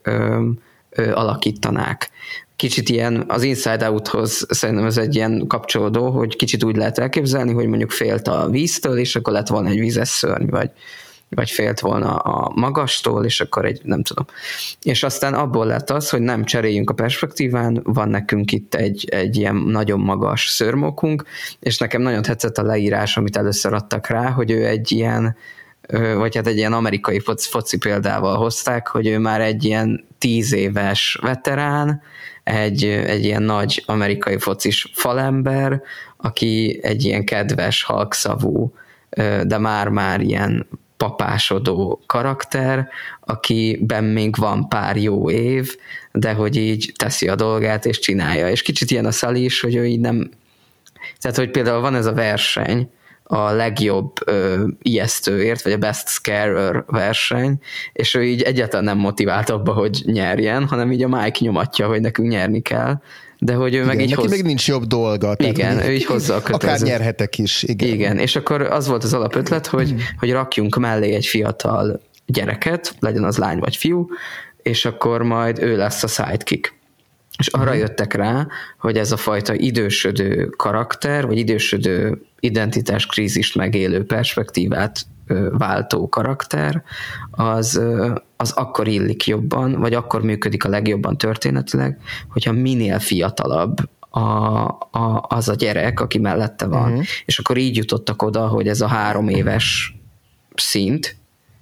alakítanák. Kicsit ilyen az Inside Out-hoz szerintem ez egy ilyen kapcsolódó, hogy kicsit úgy lehet elképzelni, hogy mondjuk félt a víztől, és akkor lett volna egy vízes szörny, vagy félt volna a magastól, és akkor nem tudom. És aztán abból lett az, hogy nem cseréljünk a perspektíván, van nekünk itt egy ilyen nagyon magas szőrmókunk, és nekem nagyon tetszett a leírás, amit először adtak rá, hogy ő egy ilyen, vagy hát egy ilyen amerikai foci példával hozták, hogy ő már egy ilyen 10 éves veterán, egy ilyen nagy amerikai focis falember, aki egy ilyen kedves, halkszavú, de már ilyen papásodó karakter, akiben még van pár jó év, de hogy így teszi a dolgát és csinálja. És kicsit ilyen a Sully is, hogy ő így nem... Tehát, hogy például van ez a verseny, a legjobb ijesztőért, vagy a best scarer verseny, és ő így egyáltalán nem motivált abba, hogy nyerjen, hanem így a Mike nyomatja, hogy nekünk nyerni kell, de hogy ő
igen,
meg így
neki még nincs jobb dolga.
Igen, ő így hozza a kötelező.
Akár nyerhetek is.
Igen, és akkor az volt az alapötlet, hogy rakjunk mellé egy fiatal gyereket, legyen az lány vagy fiú, és akkor majd ő lesz a sidekick. És arra jöttek rá, hogy ez a fajta idősödő karakter, vagy idősödő identitáskrízist megélő perspektívát váltó karakter, az akkor illik jobban, vagy akkor működik a legjobban történetileg, hogyha minél fiatalabb az a gyerek, aki mellette van. És akkor így jutottak oda, hogy ez a 3 éves szint,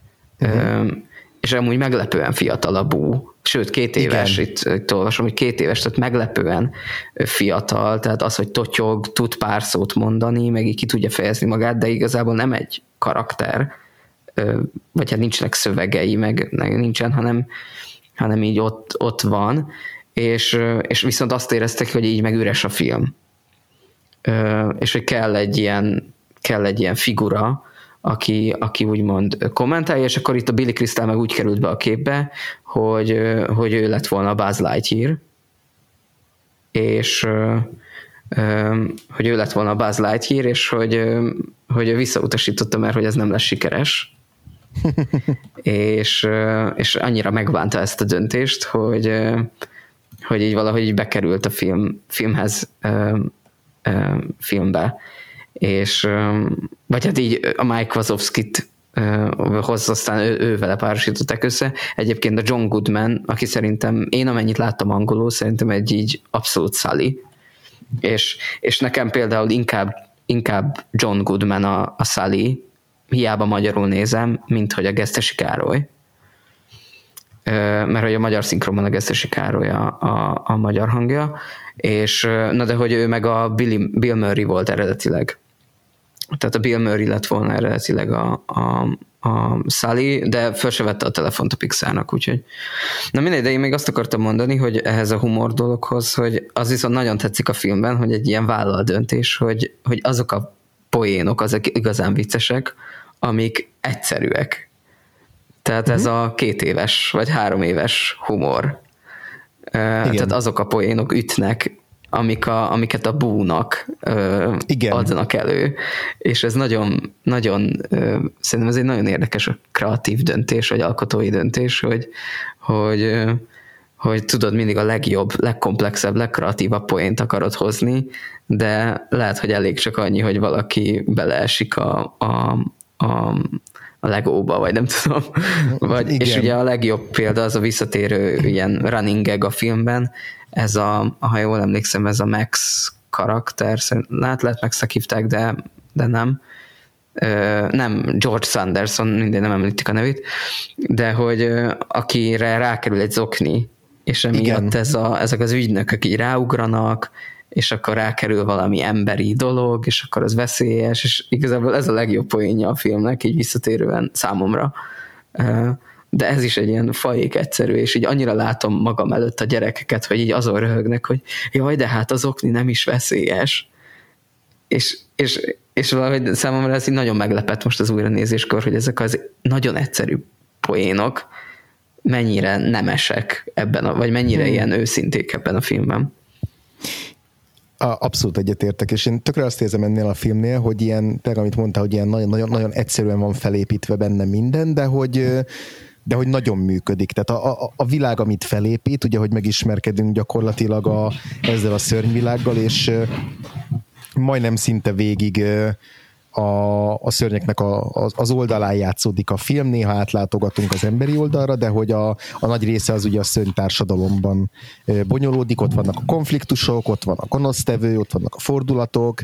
és amúgy meglepően fiatal a Boo, sőt 2 éves, itt olvasom, hogy 2 éves, tehát meglepően fiatal, tehát az, hogy totyog, tud pár szót mondani, meg így ki tudja fejezni magát, de igazából nem egy karakter, vagy hát nincsenek szövegei, meg nincsen, hanem így ott van, és viszont azt éreztek, hogy így meg üres a film. És hogy kell egy ilyen figura, aki úgymond kommentálja, és akkor itt a Billy Crystal meg úgy került be a képbe, hogy ő lett volna Buzz Lightyear, és hogy ő lett volna Buzz Lightyear, és hogy ő visszautasította, mert hogy ez nem lesz sikeres. és annyira megbánta ezt a döntést, hogy így valahogy így bekerült a filmbe. És vagy hát így a Mike Wazowskit hozza, aztán ő vele párosították össze. Egyébként a John Goodman, aki szerintem, én amennyit láttam angolul, szerintem egy így abszolút Sully. És nekem például inkább John Goodman a Sully, hiába magyarul nézem, mint hogy a Gesztesi Károly. Mert hogy a magyar szinkronban a Gesztesi Károly a magyar hangja, és na de hogy ő meg a Bill Murray volt eredetileg. Tehát a Bill Murray lett volna eredetileg a Sully, de föl se vette a telefont a Pixarnak, úgyhogy. Na mindegy, de én még azt akartam mondani, hogy ehhez a humor dologhoz, hogy az viszont nagyon tetszik a filmben, hogy egy ilyen vállal döntés, hogy azok a poénok, azok igazán viccesek, amik egyszerűek. Tehát ez a 2 éves vagy 3 éves humor. Tehát azok a poénok ütnek, amiket a Boo-nak adnak elő. És ez nagyon, nagyon szerintem ez egy nagyon érdekes kreatív döntés, vagy alkotói döntés, hogy tudod mindig a legjobb, legkomplexebb, legkreatívabb poént akarod hozni, de lehet, hogy elég csak annyi, hogy valaki beleesik a Legóba, vagy nem tudom. És ugye a legjobb példa az a visszatérő ilyen running gag a filmben, ez ha jól emlékszem, ez a Max karakter, lehet Maxnak hívták, de nem. Nem, George Sanderson, mindegy, nem említik a nevét, de hogy akire rákerül egy zokni, és emiatt ezek az ügynökök így ráugranak, és akkor rákerül valami emberi dolog, és akkor az veszélyes, és igazából ez a legjobb poénja a filmnek, így visszatérően számomra. De ez is egy ilyen fajék egyszerű, és így annyira látom magam előtt a gyerekeket, hogy így azon röhögnek, hogy jaj, de hát az okni nem is veszélyes. És valahogy számomra ez így nagyon meglepett most az újranézéskor, hogy ezek az nagyon egyszerű poénok mennyire nemesek ebben, vagy mennyire ilyen őszinték ebben a filmben.
Abszolút egyetértek, és én tökre azt érzem ennél a filmnél, hogy ilyen, amit mondtál, hogy ilyen nagyon egyszerűen van felépítve benne minden, de hogy nagyon működik. Tehát a világ, amit felépít, ugye, hogy megismerkedünk gyakorlatilag ezzel a szörnyvilággal, és majdnem szinte végig a szörnyeknek az oldalán játszódik a film, néha átlátogatunk az emberi oldalra, de hogy a nagy része az ugye a szörnytársadalomban bonyolódik, ott vannak a konfliktusok, ott van a gonosztevő, ott vannak a fordulatok,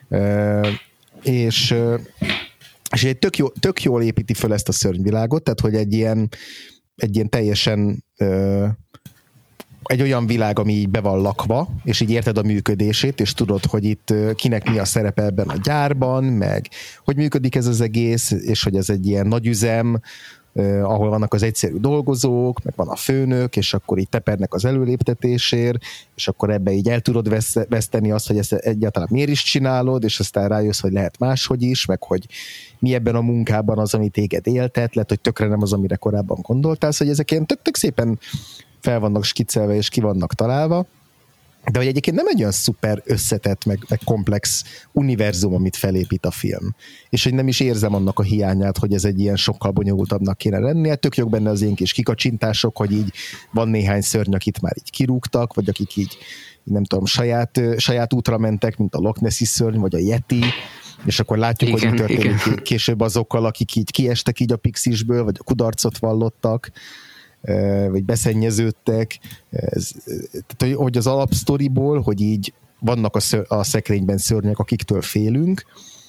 és egy tök jól építi föl ezt a szörnyvilágot, tehát hogy egy ilyen teljesen egy olyan világ, ami így be van lakva, és így érted a működését, és tudod, hogy itt kinek mi a szerepe ebben a gyárban, meg hogy működik ez az egész, és hogy ez egy ilyen nagy üzem, ahol vannak az egyszerű dolgozók, meg van a főnök, és akkor így tepernek az előléptetésért, és akkor ebbe így el tudod veszteni azt, hogy ezt egyáltalán miért is csinálod, és aztán rájössz, hogy lehet máshogy is, meg hogy mi ebben a munkában az, ami téged éltet, lehet, hogy tökre nem az, amire korábban gondoltál, hogy ezek ilyen tök szépen fel vannak skiccelve és ki vannak találva, de hogy egyébként nem egy olyan szuper összetett, meg komplex univerzum, amit felépít a film. És hogy nem is érzem annak a hiányát, hogy ez egy ilyen sokkal bonyolultabbnak kéne lennie. Tök jók benne az én kis kikacsintások, hogy így van néhány szörny, akit már így kirúgtak, vagy akik így nem tudom, saját útra mentek, mint a Loch Nessi szörny, vagy a Yeti, és akkor látjuk, igen, hogy mi történik később azokkal, akik így kiestek így a pixisből, vagy a kudarcot vallottak, vagy beszennyeződtek, tehát, hogy az alapsztoriból, hogy így vannak a szekrényben szörnyek, akiktől félünk,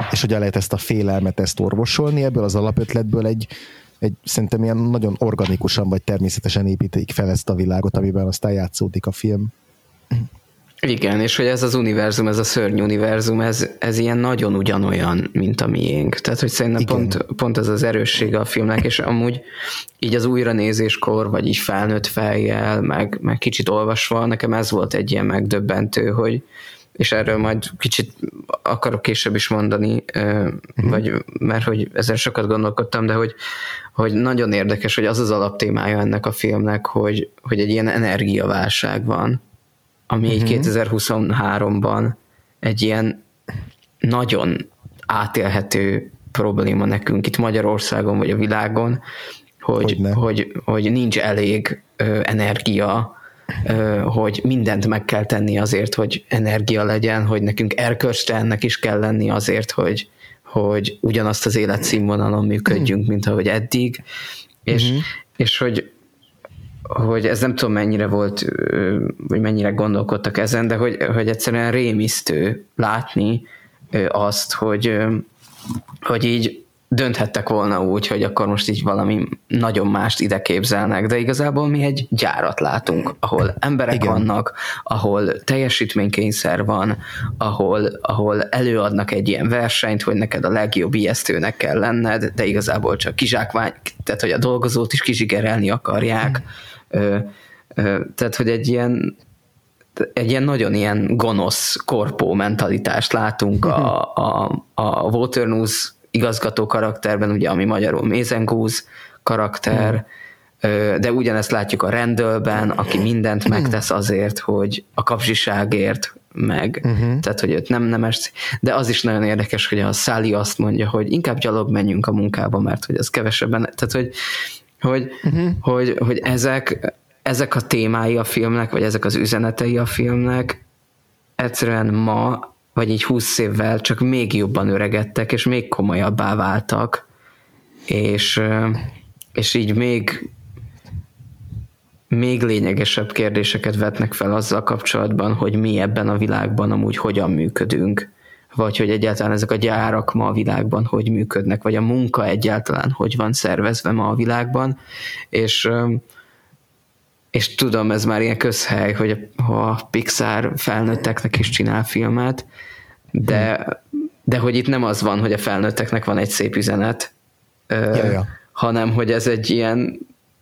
és hogyan lehet ezt a félelmet ezt orvosolni, ebből az alapötletből egy szerintem ilyen nagyon organikusan vagy természetesen építik fel ezt a világot, amiben aztán játszódik a film.
Igen, és hogy ez az univerzum, ez a szörny univerzum, ez ilyen nagyon ugyanolyan, mint a miénk. Tehát, hogy szerintem pont ez az erőssége a filmnek, és amúgy így az újranézéskor, vagy így felnőtt fejjel, meg kicsit olvasva, nekem ez volt egy ilyen megdöbbentő, hogy, és erről majd kicsit akarok később is mondani, vagy, mert hogy ezzel sokat gondolkodtam, de hogy nagyon érdekes, hogy az alaptémája ennek a filmnek, hogy egy ilyen energiaválság van, ami így 2023-ban egy ilyen nagyon átélhető probléma nekünk itt Magyarországon vagy a világon, hogy nincs elég energia, hogy mindent meg kell tenni azért, hogy energia legyen, hogy nekünk erkölcstelennek is kell lenni azért, hogy ugyanazt az életszínvonalon működjünk, mint ahogy eddig, és hogy ez nem tudom mennyire volt, vagy mennyire gondolkodtak ezen, de hogy egyszerűen rémisztő látni azt, hogy így dönthettek volna úgy, hogy akkor most így valami nagyon mást ide képzelnek, de igazából mi egy gyárat látunk, ahol emberek vannak, ahol teljesítménykényszer van, ahol előadnak egy ilyen versenyt, hogy neked a legjobb ijesztőnek kell lenned, de igazából csak kizsákmány, tehát hogy a dolgozót is kizsigerelni akarják. Tehát, hogy egy ilyen nagyon ilyen gonosz korpó mentalitást látunk a Waternoose igazgató karakterben, ugye, ami magyarul Mézengúz karakter, de ugyanezt látjuk a Randallben, aki mindent megtesz azért, hogy a kapzsiságért tehát, hogy őt nem est, de az is nagyon érdekes, hogy a Sally azt mondja, hogy inkább gyalog menjünk a munkába, mert hogy az kevesebben, tehát, hogy ezek a témái a filmnek, vagy ezek az üzenetei a filmnek egyszerűen ma, vagy így 20 évvel csak még jobban öregedtek, és még komolyabbá váltak, és így még lényegesebb kérdéseket vetnek fel azzal kapcsolatban, hogy mi ebben a világban amúgy hogyan működünk, vagy hogy egyáltalán ezek a gyárak ma a világban hogy működnek, vagy a munka egyáltalán hogy van szervezve ma a világban, és tudom, ez már ilyen közhely, hogy a Pixar felnőtteknek is csinál filmet, de hogy itt nem az van, hogy a felnőtteknek van egy szép üzenet, hanem hogy ez egy ilyen,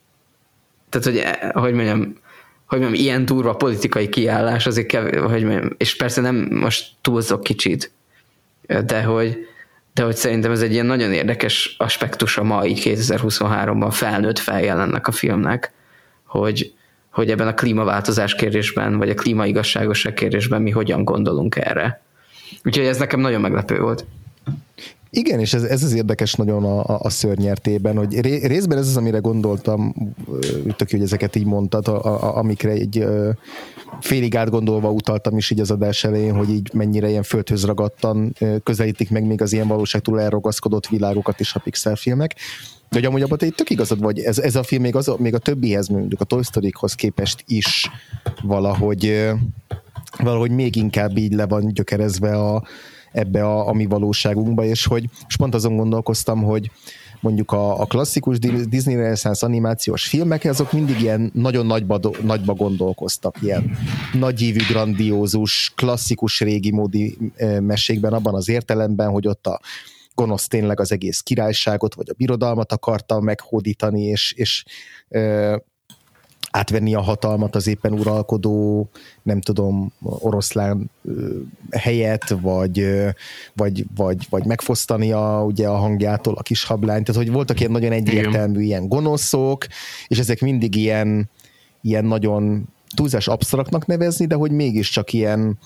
tehát hogy mondjam, ilyen durva politikai kiállás, azért hogy mondjam, és persze nem most túlzok kicsit, de hogy szerintem ez egy ilyen nagyon érdekes aspektusa ma így 2023-ban felnőtt fejjel ennek a filmnek, hogy ebben a klímaváltozás kérdésben, vagy a klímaigazságosság kérdésben mi hogyan gondolunk erre. Úgyhogy ez nekem nagyon meglepő volt.
Igen, és ez az érdekes nagyon a szörnyertében, hogy részben ez az, amire gondoltam, tök jó, hogy ezeket így mondtad, amikre egy félig átgondolva utaltam is így az adás elején, hogy így mennyire ilyen földhöz ragadtan közelítik meg még az ilyen valóságtól elragaszkodott világokat is a Pixar filmek. De hogy amúgy abban tök igazad vagy, ez a film még a többihez, mondjuk a Toy Story-hoz képest is valahogy még inkább így le van gyökerezve ebbe a mi valóságunkba, és pont azon gondolkoztam, hogy mondjuk a klasszikus Disney reneszánsz animációs filmek, azok mindig ilyen nagyon nagyba gondolkoztak, ilyen nagyívű, grandiózus, klasszikus régi módi mesékben, abban az értelemben, hogy ott a gonosz tényleg az egész királyságot, vagy a birodalmat akarta meghódítani, és átvenni a hatalmat az éppen uralkodó, nem tudom, oroszlán helyet, vagy megfosztani ugye a hangjától a kis hablányt. Tehát, hogy voltak ilyen nagyon egyértelmű ilyen gonoszok, és ezek mindig ilyen nagyon túlzás absztraktnak nevezni, de hogy mégiscsak ilyen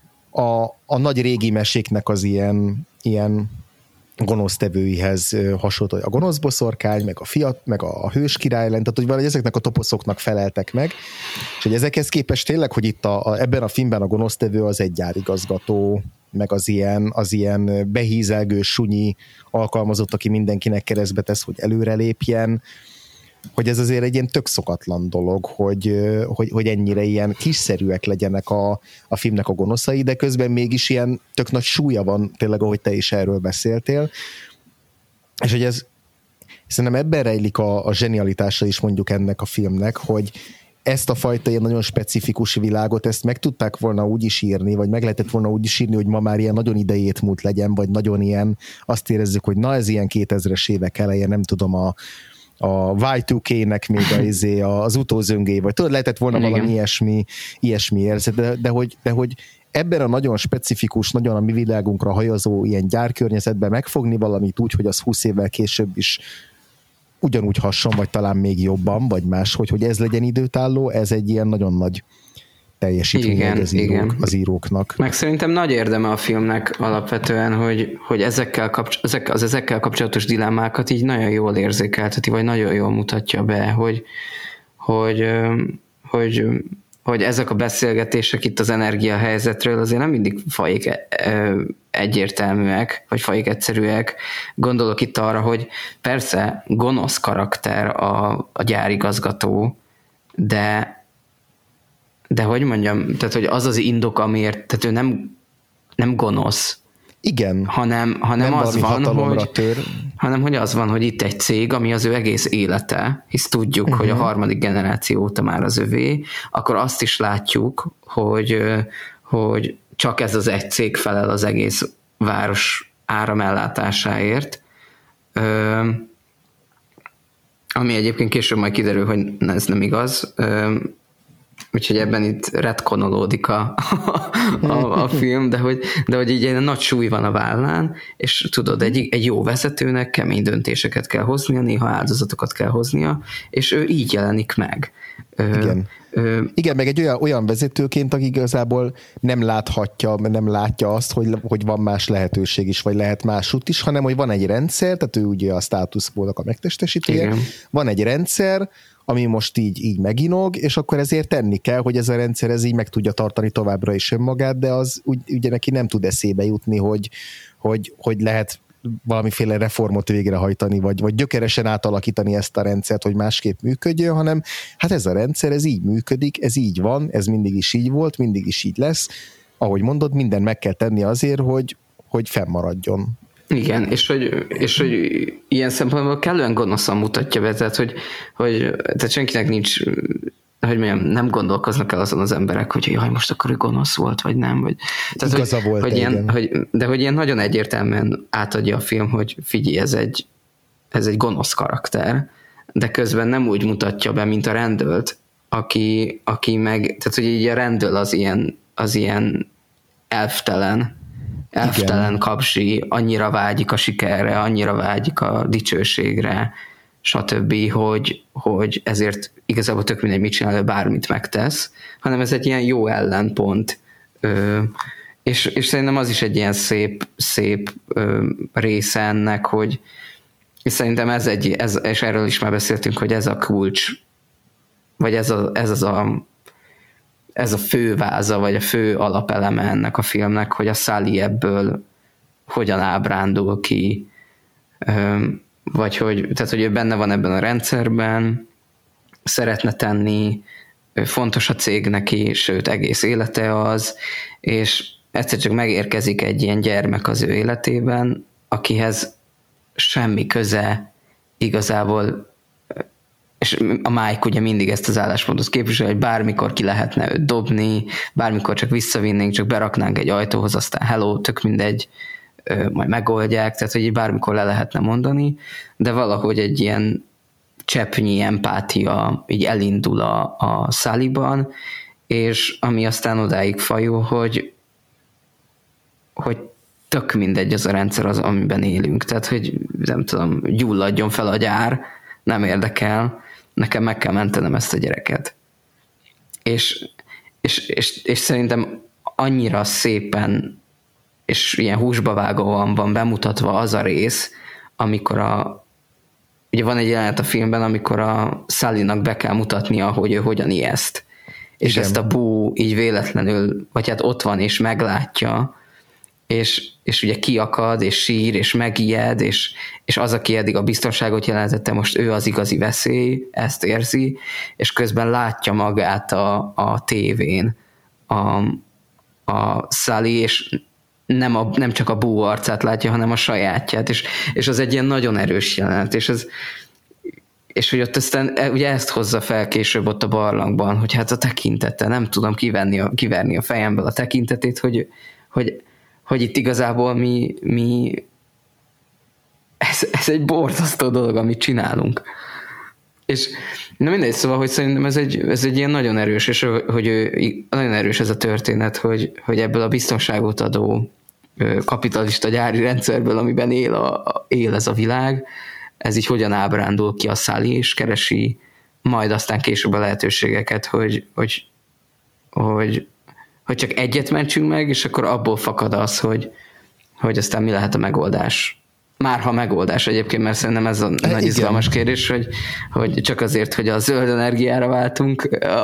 a nagy régi meséknek az ilyen gonosztevőihez hasonló, a gonosz boszorkány, meg a fiat, meg a hős király ellen, tehát hogy valahogy ezeknek a toposzoknak feleltek meg, és hogy ezekhez képest tényleg, hogy itt ebben a filmben a gonosztevő az egy gyárigazgató, meg az ilyen behízelgő, sunyi alkalmazott, aki mindenkinek keresztbe tesz, hogy előrelépjen. hogy ez azért egy ilyen tök szokatlan dolog, hogy ennyire ilyen kiszerűek legyenek a filmnek a gonoszai, de közben mégis ilyen tök nagy súlya van, tényleg, ahogy te is erről beszéltél. És hogy ez szerintem ebben rejlik a zsenialitása is mondjuk ennek a filmnek, hogy ezt a fajta ilyen nagyon specifikus világot, ezt meg tudták volna úgy is írni, vagy meg lehetett volna úgy is írni, hogy ma már ilyen nagyon idejét múlt legyen, vagy nagyon ilyen, azt érezzük, hogy na ez ilyen 2000-es évek eleje, nem tudom, a Y2K-nek még az utózöngé, vagy tudod, lehetett volna valami ilyesmi érzet, de hogy ebben a nagyon specifikus, nagyon a mi világunkra hajazó ilyen gyárkörnyezetben megfogni valamit úgy, hogy az 20 évvel később is ugyanúgy hasson, vagy talán még jobban, vagy máshogy, hogy ez legyen időtálló, ez egy ilyen nagyon nagy teljesítmény az íróknak.
Meg szerintem nagy érdeme a filmnek alapvetően, hogy ezekkel kapcsolatos dilemmákat így nagyon jól érzékelteti, vagy nagyon jól mutatja be, hogy ezek a beszélgetések itt az energiahelyzetről azért nem mindig fajik egyértelműek, vagy fajik egyszerűek. Gondolok itt arra, hogy persze gonosz karakter a gyárigazgató, de hogy mondjam, tehát hogy az az indok, amiért, tehát ő nem gonosz.
Igen.
Hanem az van, hogy az van, hogy itt egy cég, ami az ő egész élete, hisz tudjuk, hogy a harmadik generáció óta már az övé, akkor azt is látjuk, hogy csak ez az egy cég felel az egész város áramellátásáért, ami egyébként később majd kiderül, hogy ez nem igaz, úgyhogy ebben itt retkonolódik a film, de hogy így egy nagy súly van a vállán, és tudod, egy jó vezetőnek kemény döntéseket kell hoznia, néha áldozatokat kell hoznia, és ő így jelenik meg.
Igen. Igen, meg egy olyan vezetőként, aki igazából nem látja azt, hogy van más lehetőség is, vagy lehet más út is, hanem hogy van egy rendszer, tehát ő ugye a status quo-nak a megtestesítője, igen. Van egy rendszer, ami most így meginog, és akkor ezért tenni kell, hogy ez a rendszer ez így meg tudja tartani továbbra is önmagát, de az ugye neki nem tud eszébe jutni, hogy lehet valamiféle reformot végrehajtani, vagy gyökeresen átalakítani ezt a rendszert, hogy másképp működjön, hanem hát ez a rendszer, ez így működik, ez így van, ez mindig is így volt, mindig is így lesz. Ahogy mondod, mindent meg kell tenni azért, hogy fennmaradjon.
Igen, és hogy ilyen szempontból kellően gonoszan mutatja be, tehát tehát senkinek nincs, hogy mondjam, nem gondolkoznak el azon az emberek, hogy jaj, most akkor ő gonosz volt, vagy nem. Vagy, tehát,
igaza volt,
hogy ilyen, de hogy ilyen nagyon egyértelműen átadja a film, hogy figyelj, ez egy gonosz karakter, de közben nem úgy mutatja be, mint a rendőlt, aki meg, tehát hogy így a rendől az ilyen elftelen kapzsi, annyira vágyik a sikerre, annyira vágyik a dicsőségre, stb., hogy ezért igazából tök mindegy, mit csinál, bármit megtesz, hanem ez egy ilyen jó ellenpont. És szerintem az is egy ilyen szép része ennek, hogy és szerintem és erről is már beszéltünk, hogy ez a kulcs, vagy ez a fő váza, vagy a fő alapeleme ennek a filmnek, hogy a Sully ebből hogyan ábrándul ki, vagy tehát, hogy ő benne van ebben a rendszerben, szeretne tenni, fontos a cég neki, sőt, egész élete az, és egyszer csak megérkezik egy ilyen gyermek az ő életében, akihez semmi köze igazából, és a Mike ugye mindig ezt az álláspontot képvisel, hogy bármikor ki lehetne őt dobni, bármikor csak visszavinnénk, csak beraknánk egy ajtóhoz, aztán hello, tök mindegy, majd megoldják, tehát hogy bármikor le lehetne mondani, de valahogy egy ilyen cseppnyi empátia így elindul a Sullyban, és ami aztán odáig fajul, hogy tök mindegy az a rendszer, az, amiben élünk, tehát hogy nem tudom, gyulladjon fel a gyár, nem érdekel, nekem meg kell mentenem ezt a gyereket. És szerintem annyira szépen és ilyen húsba vágóan van bemutatva az a rész, amikor ugye van egy jelenet a filmben, amikor a Sullynak be kell mutatnia, hogy ő hogyan ijeszt. És igen. Ezt a Boo így véletlenül, vagy hát ott van és meglátja, és ugye kiakad, és sír, és megijed, és az, aki eddig a biztonságot jelentette, most ő az igazi veszély, ezt érzi, és közben látja magát a tévén a Sully, és nem csak a bú arcát látja, hanem a sajátját, és az egy ilyen nagyon erős jelenet, és hogy ott aztán ugye ezt hozza fel később ott a barlangban, hogy hát a tekintete, nem tudom kiverni a fejemből a tekintetét, hogy itt igazából mi ez egy borzasztó dolog, amit csinálunk. És na mindegy, szóval, hogy szerintem ez egy ilyen nagyon erős, és hogy nagyon erős ez a történet, hogy ebből a biztonságot adó kapitalista gyári rendszerből, amiben él ez a világ, ez így hogyan ábrándul ki a Sully, és keresi majd aztán később a lehetőségeket, hogy csak egyet mentsünk meg, és akkor abból fakad az, hogy aztán mi lehet a megoldás. Márha megoldás egyébként, mert szerintem ez a nagy izgalmas kérdés, hogy csak azért, hogy a zöld energiára váltunk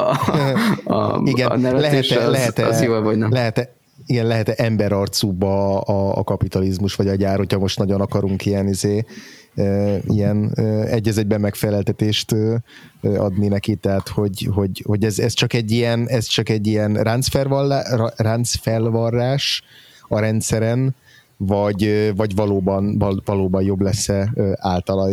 a nevetésre, az jó, vagy nem.
Lehet-e emberarcúba a kapitalizmus, vagy a gyár, hogyha most nagyon akarunk ilyen egy-egyben megfeleltetést adni neki, tehát hogy ez csak egy ilyen ráncfelvarrás a rendszeren, vagy valóban jobb lesz-e általa,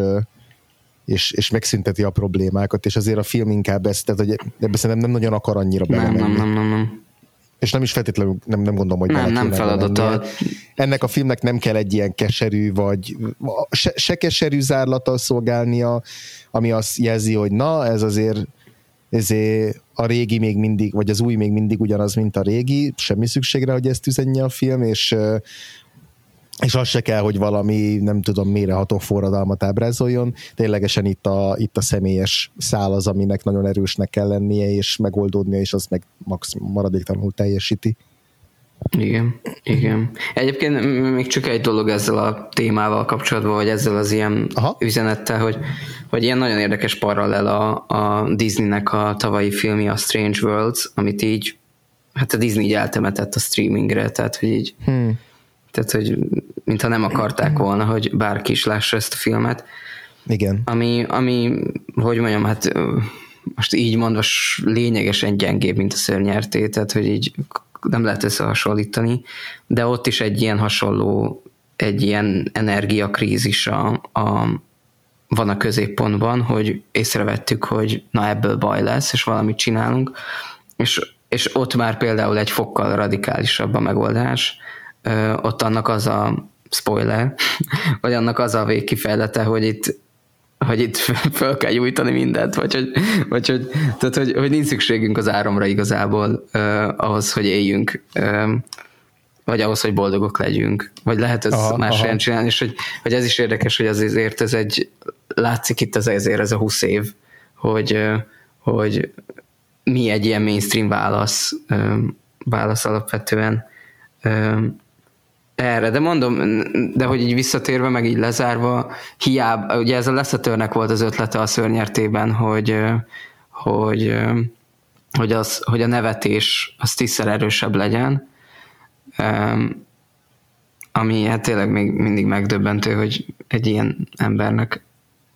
és megszünteti a problémákat, és azért a film inkább ezt, tehát hogy ebben szerintem nem nagyon akar annyira belemenni.
Nem.
És nem is feltétlenül, nem gondolom, hogy
nem feladata.
Ennek a filmnek nem kell egy ilyen keserű, vagy se keserű zárlattal szolgálnia, ami azt jelzi, hogy na, ez azért a régi még mindig, vagy az új még mindig ugyanaz, mint a régi, semmi szükségre, hogy ezt üzenje a film, és az se kell, hogy valami, nem tudom, mélyreható forradalmat ábrázoljon. Ténylegesen itt a személyes szál az, aminek nagyon erősnek kell lennie, és megoldódnia, és az meg maradéktalanul teljesíti.
Igen. Egyébként még csak egy dolog ezzel a témával kapcsolatban, vagy ezzel az ilyen üzenettel, hogy ilyen nagyon érdekes parallel a Disneynek a tavalyi filmje, a Strange Worlds, amit így, hát a Disney így eltemetett a streamingre, tehát hogy így tehát, hogy mintha nem akarták volna, hogy bárki is lássa ezt a filmet.
Igen.
Ami hogy mondjam, hát most így mondva lényegesen gyengébb, mint a Szörnyerté, tehát, hogy így nem lehet összehasonlítani, de ott is egy ilyen hasonló, egy ilyen energiakrízis van a középpontban, hogy észrevettük, hogy na ebből baj lesz, és valamit csinálunk, és ott már például egy fokkal radikálisabb a megoldás, ott annak az a spoiler, vagy annak az a végkifejlete, hogy itt föl kell gyújtani mindent, hogy nincs szükségünk az áramra igazából ahhoz, hogy éljünk, vagy ahhoz, hogy boldogok legyünk, vagy lehet ez máshogy csinálni, és hogy ez is érdekes, hogy azért látszik itt ezért ez a 20 év, hogy mi egy ilyen mainstream válasz alapvetően erre, de mondom, de hogy így visszatérve, meg így lezárva, hiába, ugye ez a Lasseternek volt az ötlete a Szörnyertében, hogy a nevetés az 10-szer erősebb legyen, ami hát tényleg még mindig megdöbbentő, hogy egy ilyen embernek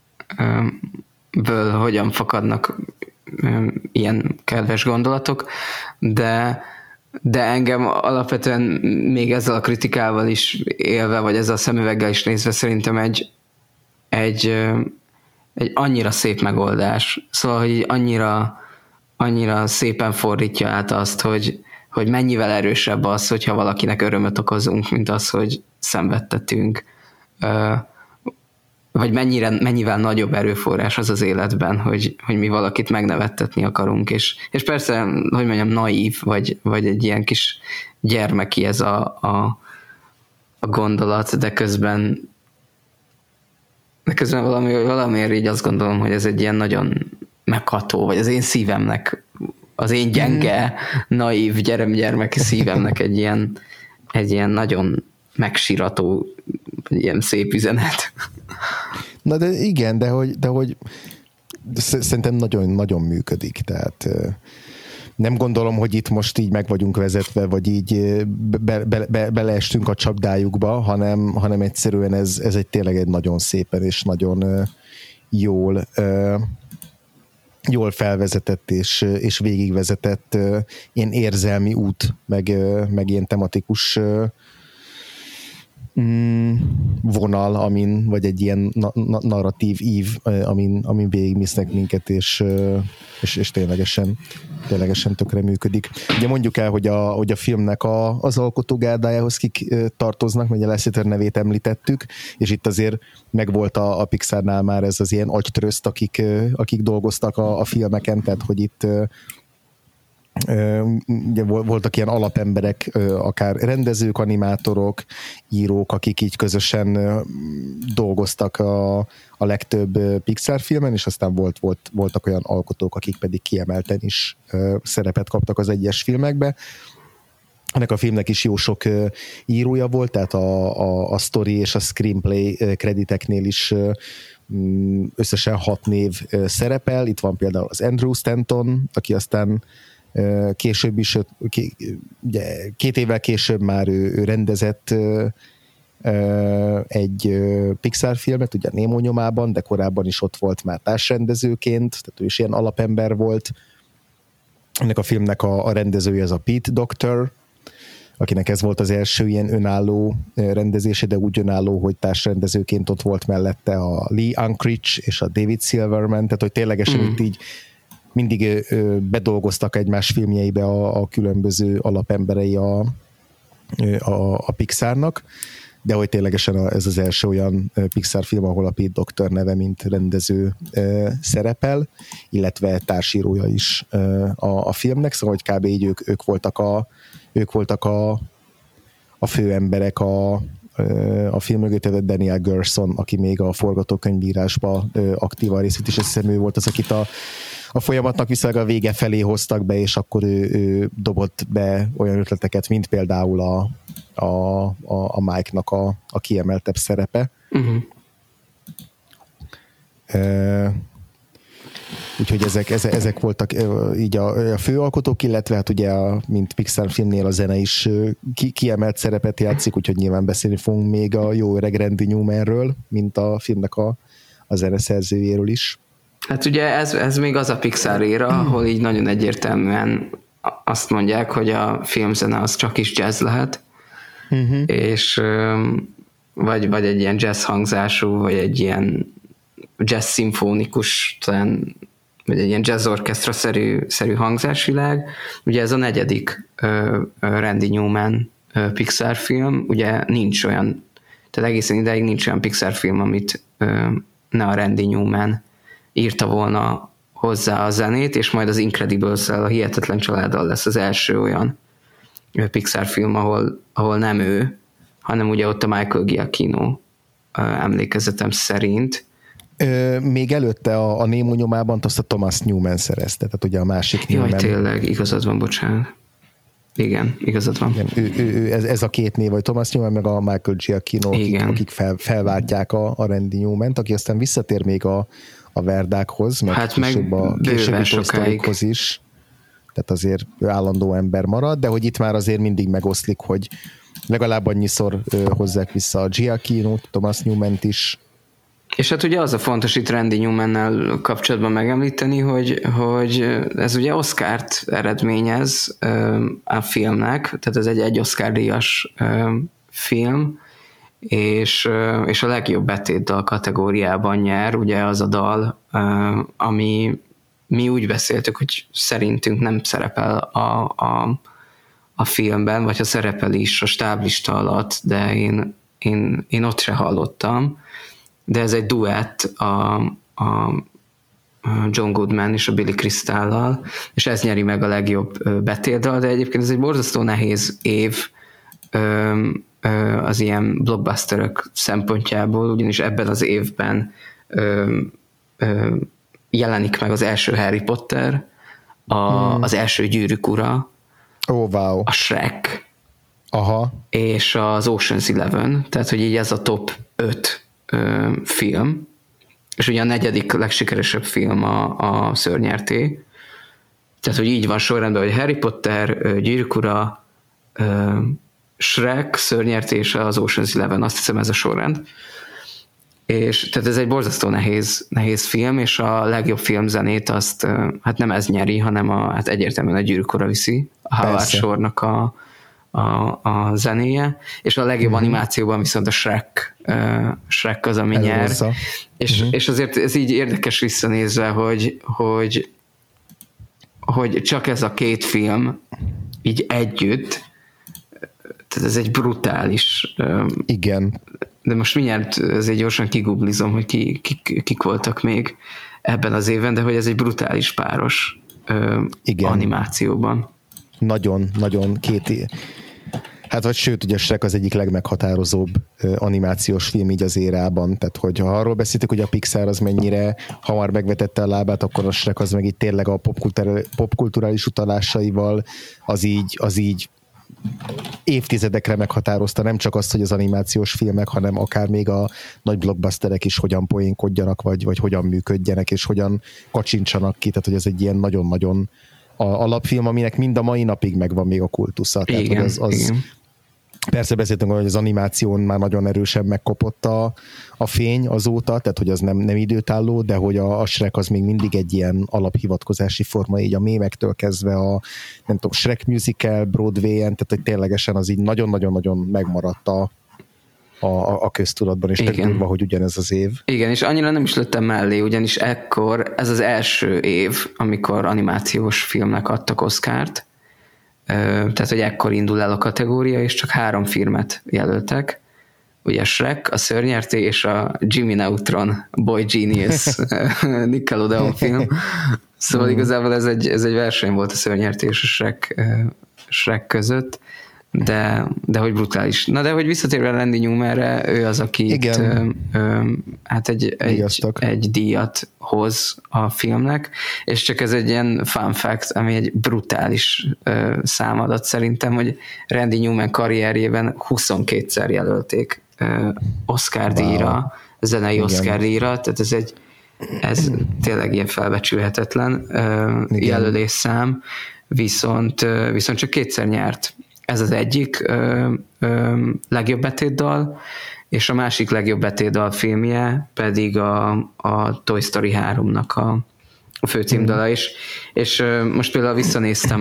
ből hogyan fakadnak ilyen kedves gondolatok, de engem alapvetően még ezzel a kritikával is élve, vagy ezzel a szemüveggel is nézve szerintem egy annyira szép megoldás. Szóval, hogy annyira szépen fordítja át azt, hogy mennyivel erősebb az, hogyha valakinek örömöt okozunk, mint az, hogy szenvedtetünk. Vagy mennyivel nagyobb erőforrás az életben, hogy mi valakit megnevettetni akarunk, és persze, hogy mondjam, naív, vagy egy ilyen kis gyermeki ez a gondolat, de közben valamiért így azt gondolom, hogy ez egy ilyen nagyon megható, vagy az én szívemnek, az én gyenge, naív gyermeki szívemnek egy ilyen nagyon megsirató, ilyen szép üzenet.
Na de igen, de hogy szerintem nagyon-nagyon működik, tehát nem gondolom, hogy itt most így meg vagyunk vezetve, vagy így beleestünk a csapdájukba, hanem egyszerűen ez egy tényleg egy nagyon szépen és nagyon jól felvezetett és végigvezetett ilyen érzelmi út, meg ilyen tematikus vonal, vagy egy ilyen narratív ív, amin végigvisznek minket, és ténylegesen tökre működik. Ugye mondjuk el, hogy a filmnek az alkotógárdájához kik tartoznak, mert a Lasseter nevét említettük, és itt azért megvolt a Pixarnál már ez az ilyen agytröszt, akik dolgoztak a filmeken, tehát hogy itt ugye voltak ilyen alapemberek, akár rendezők, animátorok, írók, akik így közösen dolgoztak a legtöbb Pixar filmen, és aztán voltak olyan alkotók, akik pedig kiemelten is szerepet kaptak az egyes filmekbe. Ennek a filmnek is jó sok írója volt, tehát a story és a screenplay krediteknél is összesen 6 név szerepel. Itt van például az Andrew Stanton, aki aztán később is, 2 évvel később már ő rendezett egy Pixar filmet, ugye a Nemo nyomában, de korábban is ott volt már társrendezőként, tehát ő is ilyen alapember volt. Ennek a filmnek a rendezője az a Pete Docter, akinek ez volt az első ilyen önálló rendezése, de úgy önálló, hogy társrendezőként ott volt mellette a Lee Unkrich és a David Silverman, tehát hogy ténylegesen itt így mindig bedolgoztak egymás filmjeibe a különböző alapemberei a Pixarnak, de hogy ténylegesen ez az első olyan Pixar film, ahol a Pete Docter neve, mint rendező szerepel, illetve társírója is a filmnek, szóval hogy kb. Így ők voltak a fő emberek a film mögött, tehát Daniel Gerson, aki még a forgatókönyvírásban aktívan részt vett, és azt hiszem ő volt az, akit a folyamatnak viszonylag a vége felé hoztak be, és akkor ő dobott be olyan ötleteket, mint például a Mike-nak a kiemeltebb szerepe. Uh-huh. Úgyhogy ezek voltak így a főalkotók, illetve hát ugye mint Pixar filmnél a zene is kiemelt szerepet játszik, úgyhogy nyilván beszélni fogunk még a jó öreg Randy Newmanről, mint a filmnek a zeneszerzőjéről is.
Hát ugye ez még az a Pixar éra, ahol így nagyon egyértelműen azt mondják, hogy a filmzene az csak is jazz lehet, és vagy egy ilyen jazz hangzású, vagy egy ilyen jazz szimfonikus, talán, vagy egy ilyen jazz orchestra-szerű hangzásvilág. Ugye ez a 4. Randy Newman Pixar film, ugye nincs olyan, tehát egészen ideig nincs olyan Pixar film, amit ne a Randy Newman írta volna hozzá a zenét, és majd az Incredibles-el, a Hihetetlen Családdal lesz az első olyan Pixar film, ahol nem ő, hanem ugye ott a Michael Giacchino emlékezetem szerint.
Még előtte a Nemo nyomában azt a Thomas Newman szerezte, tehát ugye a másik Newman.
Jaj, tényleg, igazad van, bocsánat. Igen, igazad van.
Igen, ez a 2 név, vagy Thomas Newman, meg a Michael Giacchino, akik felváltják a Randy Newman-t, aki aztán visszatér még a Verdákhoz, meg
hát
később a Toy is. Tehát azért állandó ember marad, de hogy itt már azért mindig megoszlik, hogy legalább annyiszor hozzák vissza a Giacchino-t, Thomas Newman-t is.
És hát ugye az a fontos itt Randy Newman-nel kapcsolatban megemlíteni, hogy ez ugye Oscart eredményez a filmnek, tehát ez egy Oscar-díjas film, és a legjobb betétdal kategóriában nyer, ugye az a dal, ami mi úgy beszéltük, hogy szerintünk nem szerepel a filmben, vagy ha szerepel is a stáblista alatt, de én ott se hallottam, de ez egy duett a John Goodman és a Billy Crystal-lal, és ez nyeri meg a legjobb betétdal, de egyébként ez egy borzasztó nehéz év az ilyen blockbusterök szempontjából, ugyanis ebben az évben jelenik meg az első Harry Potter, az első Gyűrűk ura,
wow.
a Shrek,
aha.
és az Ocean's 11, tehát hogy így ez a top 5 film, és ugye a 4. legsikeresebb film a Szörnyerté. tehát hogy így van sorrendben, hogy Harry Potter, Gyűrűk ura, Shrek, Szörnyertés, az Ocean's 11, azt hiszem ez a sorrend. És tehát ez egy borzasztó nehéz film, és a legjobb filmzenét azt hát nem ez nyeri, hanem hát egyértelműen a Gyűrűk ura viszi, a Howard Shore-nak a zenéje, és a legjobb animációban viszont a Shrek az, ami nyer. És azért ez így érdekes visszanézve, hogy csak ez a két film így együtt, tehát ez egy brutális.
Igen.
De most mindjárt ezért gyorsan kiguglizom, hogy kik voltak még ebben az évben, de hogy ez egy brutális páros animációban.
Nagyon hát vagy sőt, ugye a Shrek az egyik legmeghatározóbb animációs film így az érában, tehát hogyha arról beszéltük, hogy a Pixar az mennyire hamar megvetette a lábát, akkor a Shrek az meg így tényleg a popkulturális utalásaival az így évtizedekre meghatározta nem csak azt, hogy az animációs filmek, hanem akár még a nagy blockbusterek is hogyan poénkodjanak, vagy hogyan működjenek, és hogyan kacsincsanak ki, tehát hogy ez egy ilyen nagyon-nagyon alapfilm, aminek mind a mai napig megvan még a kultusza. Tehát,
igen,
az persze beszéltünk, hogy az animáción már nagyon erősen megkopott a fény azóta, tehát hogy az nem időtálló, de hogy a Shrek az még mindig egy ilyen alaphivatkozási forma, így a mémektől kezdve a nem tudom, Shrek musical Broadway-en, tehát hogy ténylegesen az így nagyon-nagyon-nagyon megmaradt a köztudatban, és tök durva, hogy ugyanez az év.
Igen, és annyira nem is lőttem mellé, ugyanis ekkor ez az első év, amikor animációs filmnek adtak Oscart, tehát, hogy ekkor indul el a kategória, és csak 3 filmet jelöltek. Ugye a Shrek, a Szörnyerté és a Jimmy Neutron Boy Genius Nickelodeon film. Szóval igazából ez egy verseny volt a Szörnyerté és a Shrek között, de hogy brutális. Na de hogy visszatérve Randy Newmanre, ő az, aki itt, hát egy díjat hoz a filmnek, és csak ez egy ilyen fun fact, ami egy brutális számadat szerintem, hogy Randy Newman karrierjében 22-szer jelölték Oscar díjra, zenei Oscar díjra, tehát ez tényleg ilyen felbecsülhetetlen jelölésszám, viszont csak 2-szer nyert. Ez az egyik legjobb betétdal, és a másik legjobb betétdal filmje pedig a Toy Story 3-nak a főcímdala is. És most például visszanéztem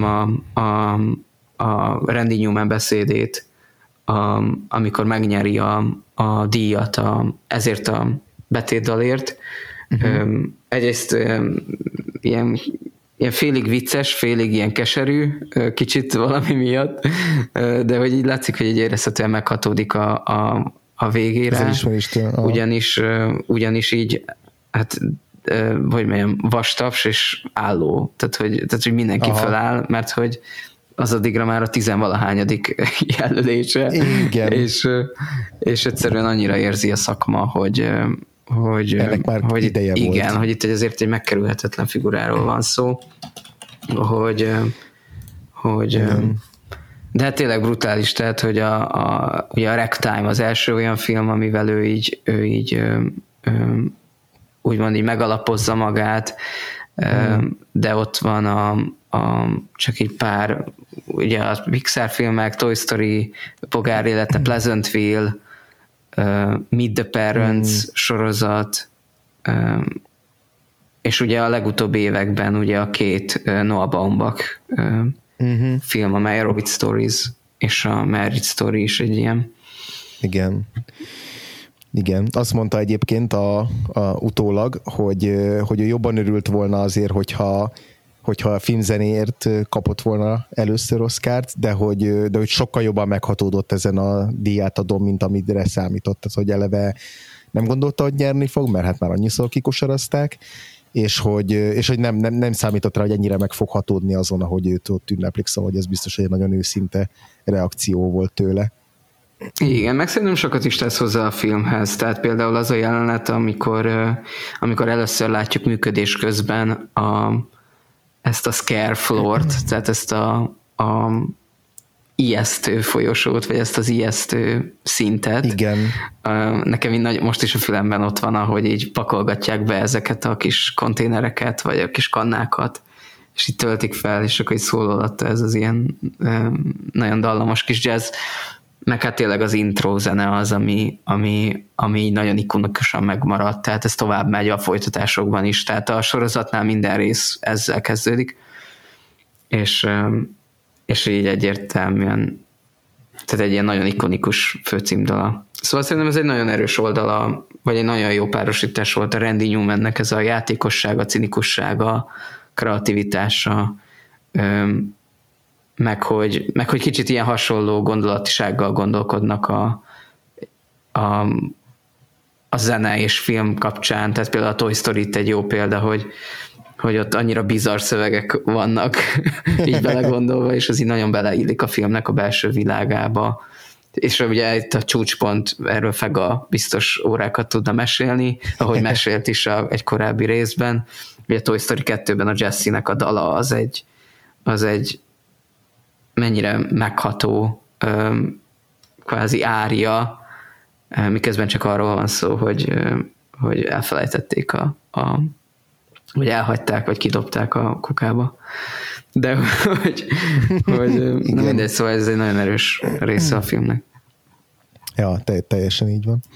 a Randy Newman beszédét, amikor megnyeri a díjat ezért a betétdalért. Egyrészt ilyen félig vicces, félig ilyen keserű, kicsit valami miatt, de hogy így látszik, hogy így érezhetően meghatódik a végére. Ugyanis így, hát, hogy mondjam, vastaps és álló. Tehát, hogy mindenki feláll, mert hogy az addigra már a 10-valahányadik jelölése.
Igen.
És egyszerűen annyira érzi a szakma, hogy
ennek már ideje volt.
Igen, hogy itt azért egy megkerülhetetlen figuráról van szó, hogy de hát tényleg brutális, tehát, hogy ugye a Ragtime az első olyan film, amivel ő így úgymond így megalapozza magát, de ott van csak egy pár, ugye a Pixar filmek, Toy Story, Bogár élete, Pleasantville, Meet the Parents sorozat, és ugye a legutóbbi években ugye a 2 Noah Baumbach film, a Meyerowitz Stories és a Marriage Story is egy ilyen.
Igen. Azt mondta egyébként utólag, hogy ő jobban örült volna azért, hogyha a filmzenéért kapott volna először Oscart, de hogy sokkal jobban meghatódott ezen a díjátadón, mint amire számított. Tehát, hogy eleve nem gondolta, hogy nyerni fog, mert hát már annyiszor kikosarazták, és hogy nem számított rá, hogy ennyire meg fog hatódni azon, ahogy őt ott ünneplik, szóval hogy ez biztos, hogy egy nagyon őszinte reakció volt tőle.
Igen, meg szerintem sokat is tesz hozzá a filmhez, tehát például az a jelenet, amikor először látjuk működés közben ezt a scare floor-t, tehát ezt a ijesztő folyosót, vagy ezt az ijesztő szintet.
Igen.
Nekem most is a fülemben ott van, ahogy így pakolgatják be ezeket a kis konténereket, vagy a kis kannákat és így töltik fel, és akkor így szólalatta ez az ilyen nagyon dallamos kis jazz, meg hát tényleg az intro zene az, ami nagyon ikonikusan megmaradt, tehát ez tovább megy a folytatásokban is, tehát a sorozatnál minden rész ezzel kezdődik, és így egyértelműen tehát egy ilyen nagyon ikonikus főcímdala. Szóval szerintem ez egy nagyon erős oldala, vagy egy nagyon jó párosítás volt a Randy Newmannek, ez a játékossága, cinikussága, kreativitása, meg hogy kicsit ilyen hasonló gondolatisággal gondolkodnak a zene és film kapcsán, tehát például a Toy Story itt egy jó példa, hogy ott annyira bizarr szövegek vannak így belegondolva, és az így nagyon beleillik a filmnek a belső világába. És ugye itt a csúcspont, erről Fega biztos órákat tudna mesélni, ahogy mesélt is egy korábbi részben. Ugye a Toy Story 2-ben a Jessie-nek a dala az egy mennyire megható kvázi ária, miközben csak arról van szó, hogy elfelejtették vagy elhagyták, vagy kidobták a kukába. De hogy na mindegy, szóval ez egy nagyon erős része a filmnek.
Ja, teljesen így van.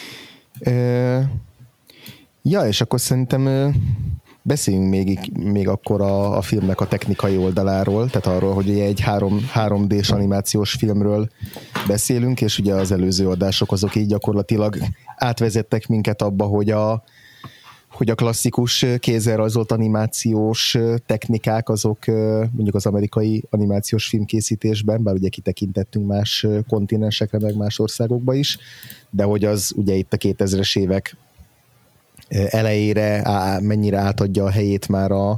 Ja, és akkor szerintem beszéljünk még akkor a filmnek a technikai oldaláról, tehát arról, hogy ugye egy 3D-s animációs filmről beszélünk, és ugye az előző adások azok így gyakorlatilag átvezettek minket abba, hogy a klasszikus kézzel rajzolt animációs technikák azok mondjuk az amerikai animációs filmkészítésben, bár ugye kitekintettünk más kontinensekre, meg más országokba is, de hogy az ugye itt a 2000-es évek elejére mennyire átadja a helyét már a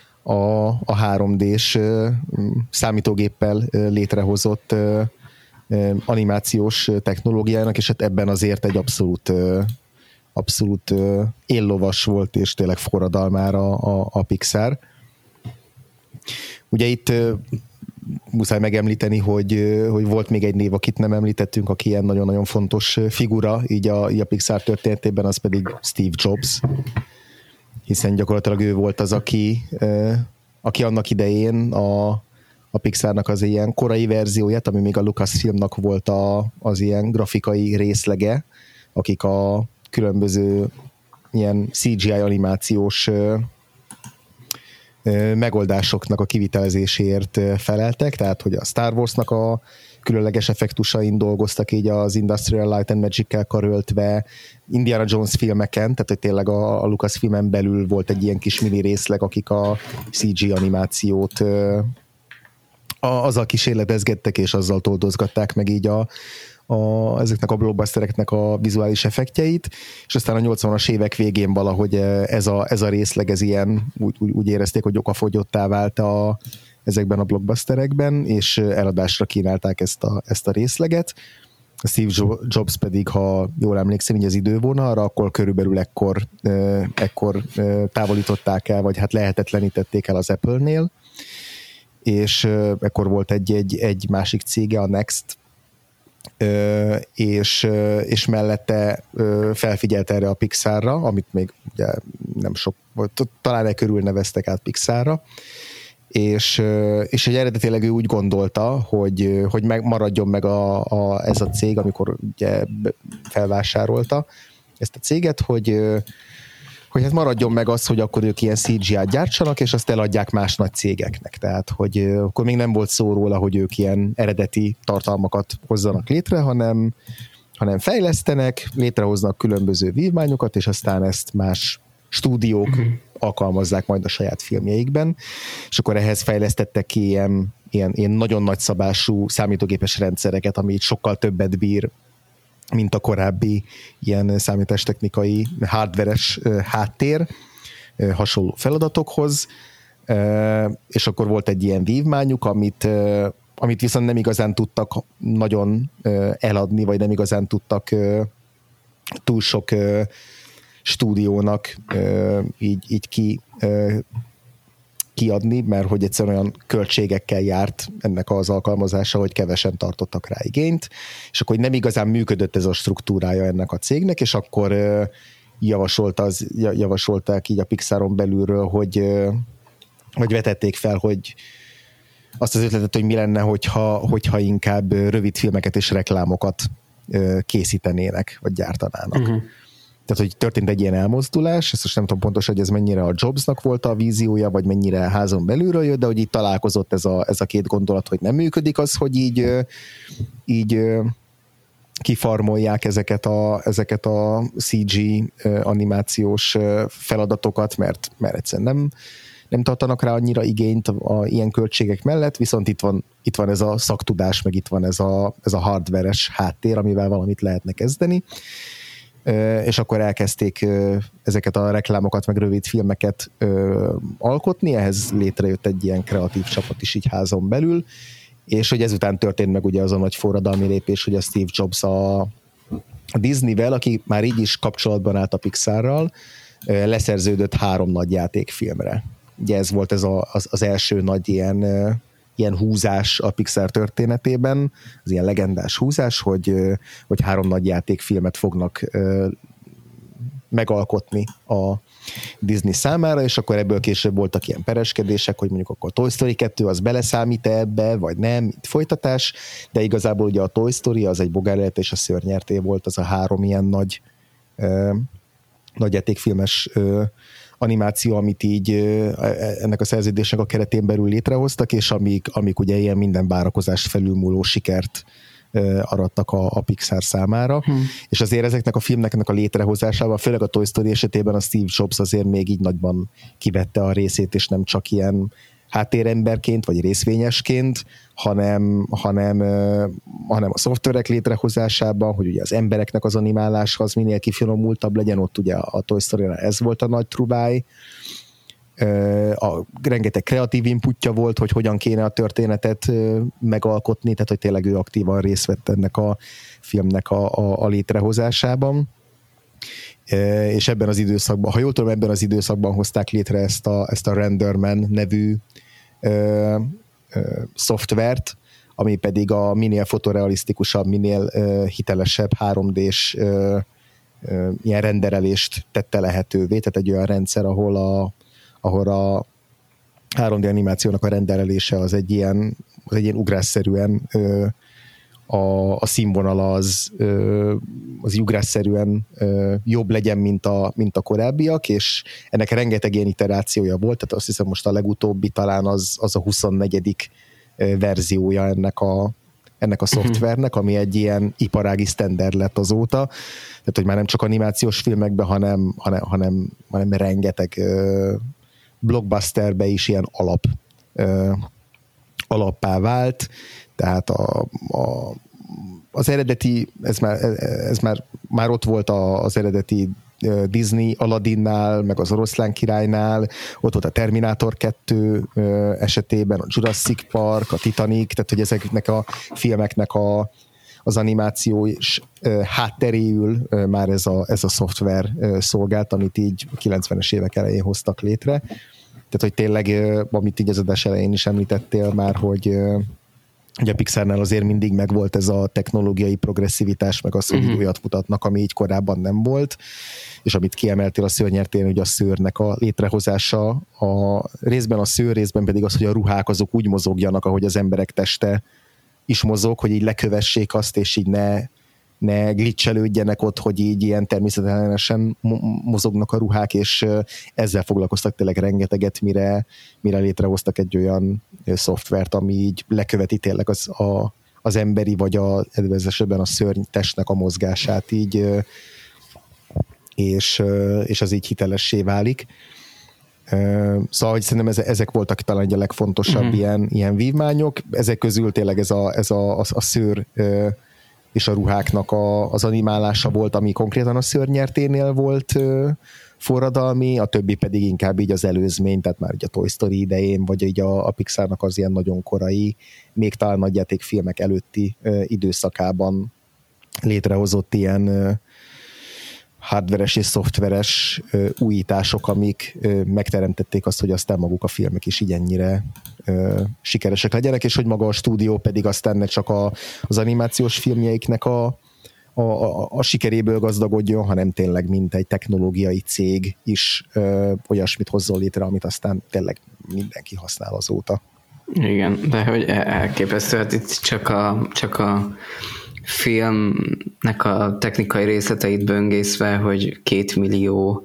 3D-s számítógéppel létrehozott animációs technológiának, és hát ebben azért egy abszolút éllovas volt, és tényleg forradalmára a Pixar. Ugye itt muszáj megemlíteni, hogy volt még egy név, akit nem említettünk, aki ilyen nagyon-nagyon fontos figura, így a Pixar történetében, az pedig Steve Jobs, hiszen gyakorlatilag ő volt az, aki annak idején a Pixarnak az ilyen korai verzióját, ami még a Lucasfilmnak volt az ilyen grafikai részlege, akik a különböző ilyen CGI animációs megoldásoknak a kivitelezéséért feleltek, tehát hogy a Star Warsnak a különleges effektusain dolgoztak így az Industrial Light and Magic-kel karöltve, Indiana Jones filmeken, tehát hogy tényleg a Lucasfilmen belül volt egy ilyen kis mini részleg, akik a CG animációt azzal kísérletezgettek, és azzal toldozgatták meg így ezeknek a blockbustereknek a vizuális effektjeit, és aztán a 80-as évek végén valahogy ez a részleg, ez ilyen, úgy érezték, hogy okafogyottá vált ezekben a blockbusterekben, és eladásra kínálták ezt a részleget. A Steve Jobs pedig, ha jól emlékszem, így az idővonalra, akkor körülbelül ekkor távolították el, vagy hát lehetetlenítették el az Apple-nél, és ekkor volt egy másik cége, a Next, és mellette felfigyelt erre a Pixarra, amit még ugye nem sok volt, talán körül neveztek át Pixarra, és hogy eredetileg ő úgy gondolta, hogy maradjon meg ez a cég, amikor ugye felvásárolta ezt a céget, hogy hát maradjon meg az, hogy akkor ők ilyen CGI-t gyártsanak, és azt eladják más nagy cégeknek. Tehát, hogy akkor még nem volt szó róla, hogy ők ilyen eredeti tartalmakat hozzanak létre, hanem fejlesztenek, létrehoznak különböző vívmányokat, és aztán ezt más stúdiók alkalmazzák majd a saját filmjeikben, és akkor ehhez fejlesztettek ki ilyen nagyon nagyszabású számítógépes rendszereket, ami sokkal többet bír, mint a korábbi ilyen számítástechnikai hardveres háttér hasonló feladatokhoz, és akkor volt egy ilyen vívmányuk, amit viszont nem igazán tudtak nagyon eladni, vagy nem igazán tudtak túl sok stúdiónak így kiadni, mert hogy egyszerűen olyan költségekkel járt ennek az alkalmazása, hogy kevesen tartottak rá igényt, és akkor nem igazán működött ez a struktúrája ennek a cégnek, és akkor javasolták így a Pixaron belülről, hogy vetették fel, hogy azt az ötletet, hogy mi lenne, hogyha inkább rövid filmeket és reklámokat készítenének, vagy gyártanának. Tehát, hogy történt egy ilyen elmozdulás, ezt most nem tudom pontosan, hogy ez mennyire a Jobsnak volt a víziója, vagy mennyire házon belülről jött, de hogy így találkozott ez a két gondolat, hogy nem működik az, hogy így kifarmolják ezeket a CG animációs feladatokat, mert egyszerűen nem tartanak rá annyira igényt ilyen költségek mellett, viszont itt van ez a szaktudás, meg itt van ez a hardveres háttér, amivel valamit lehetne kezdeni, és akkor elkezdték ezeket a reklámokat, meg rövid filmeket alkotni, ehhez létrejött egy ilyen kreatív csapat is így házon belül, és hogy ezután történt meg ugye az a nagy forradalmi lépés, hogy a Steve Jobs a Disneyvel, aki már így is kapcsolatban állt a Pixarral, leszerződött 3 nagy játékfilmre. Ugye ez volt az első nagy ilyen húzás a Pixar történetében, az ilyen legendás húzás, hogy 3 nagy játékfilmet fognak megalkotni a Disney számára, és akkor ebből később voltak ilyen pereskedések, hogy mondjuk akkor Toy Story 2 az beleszámít ebbe, vagy nem, mint folytatás, de igazából ugye a Toy Story az egy bogárlet, és a Szörnyerté volt az a 3 ilyen nagy játékfilmes animáció, amit így ennek a szerződésnek a keretén belül létrehoztak, és amik ugye ilyen minden várakozást felülmúló sikert arattak a Pixar számára. És azért ezeknek a filmeknek a létrehozásában, főleg a Toy Story esetében a Steve Jobs azért még így nagyban kivette a részét, és nem csak ilyen háttéremberként, vagy részvényesként, hanem a szoftverek létrehozásában, hogy ugye az embereknek az animálása az minél kifinomultabb legyen, ott ugye a Toy Story-nál ez volt a nagy trubály. Rengeteg kreatív inputja volt, hogy hogyan kéne a történetet megalkotni, tehát hogy tényleg ő aktívan részt vett ennek a filmnek a létrehozásában. És ebben az időszakban, ha jól tudom, ebben az időszakban hozták létre ezt a Renderman nevű szoftvert, ami pedig a minél fotorealisztikusabb, minél hitelesebb 3D-s ilyen renderelést tette lehetővé, tehát egy olyan rendszer, ahol a 3D animációnak a renderelése az egy ilyen ugrásszerűen a színvonala az ugrásszerűen jobb legyen, mint a korábbiak, és ennek rengeteg ilyen iterációja volt, tehát azt hiszem most a legutóbbi talán az a 24. verziója ennek a szoftvernek, ami egy ilyen iparági standard lett azóta, tehát hogy már nem csak animációs filmekben, hanem rengeteg blockbusterbe is ilyen alappá vált, tehát az eredeti, ez már ott volt az eredeti Disney Aladinnál, meg az Oroszlán királynál, ott volt a Terminátor 2 esetében, a Jurassic Park, a Titanic, tehát hogy ezeknek a filmeknek az animációs hátteréül már ez a szoftver szolgált, amit így a 90-es évek elején hoztak létre. Tehát, hogy tényleg, amit így az adás elején is említettél már, hogy a Pixarnál azért mindig megvolt ez a technológiai progresszivitás, meg az, hogy olyat mutatnak, ami így korábban nem volt, és amit kiemeltél a Szörnyertén, hogy a szőrnek a létrehozása, részben a szőr, részben pedig az, hogy a ruhák azok úgy mozogjanak, ahogy az emberek teste is mozog, hogy így lekövessék azt, és így ne glitchelődjenek ott, hogy így ilyen természetellenesen mozognak a ruhák, és ezzel foglalkoztak tényleg rengeteget, mire létrehoztak egy olyan szoftvert, ami így leköveti tényleg az emberi, vagy ez esetben a szörny testnek a mozgását így, és az így hitelessé válik. Szóval, hogy szerintem ezek voltak talán a legfontosabb ilyen vívmányok. Ezek közül tényleg ez a szőr és a ruháknak az animálása volt, ami konkrétan a Szörnyerténél volt forradalmi, a többi pedig inkább így az előzmény, tehát már ugye a Toy Story idején, vagy így a Pixarnak az ilyen nagyon korai, még talán nagyjátékfilmek előtti időszakában létrehozott ilyen hardveres és szoftveres újítások, amik megteremtették azt, hogy aztán maguk a filmek is így ennyire sikeresek legyenek, és hogy maga a stúdió pedig aztán ne csak az animációs filmjeiknek a a sikeréből gazdagodjon, hanem tényleg mint egy technológiai cég is olyasmit hozzon létre, amit aztán tényleg mindenki használ azóta.
Igen, de hogy elképesztő, hát itt csak a filmnek a technikai részleteit böngészve, hogy 2 millió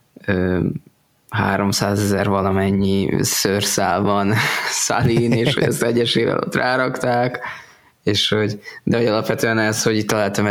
300 000 valamennyi szőrszál van Szalin, és hogy ezt egyesével ott rárakták, és hogy, de hogy alapvetően ez, hogy itt találtam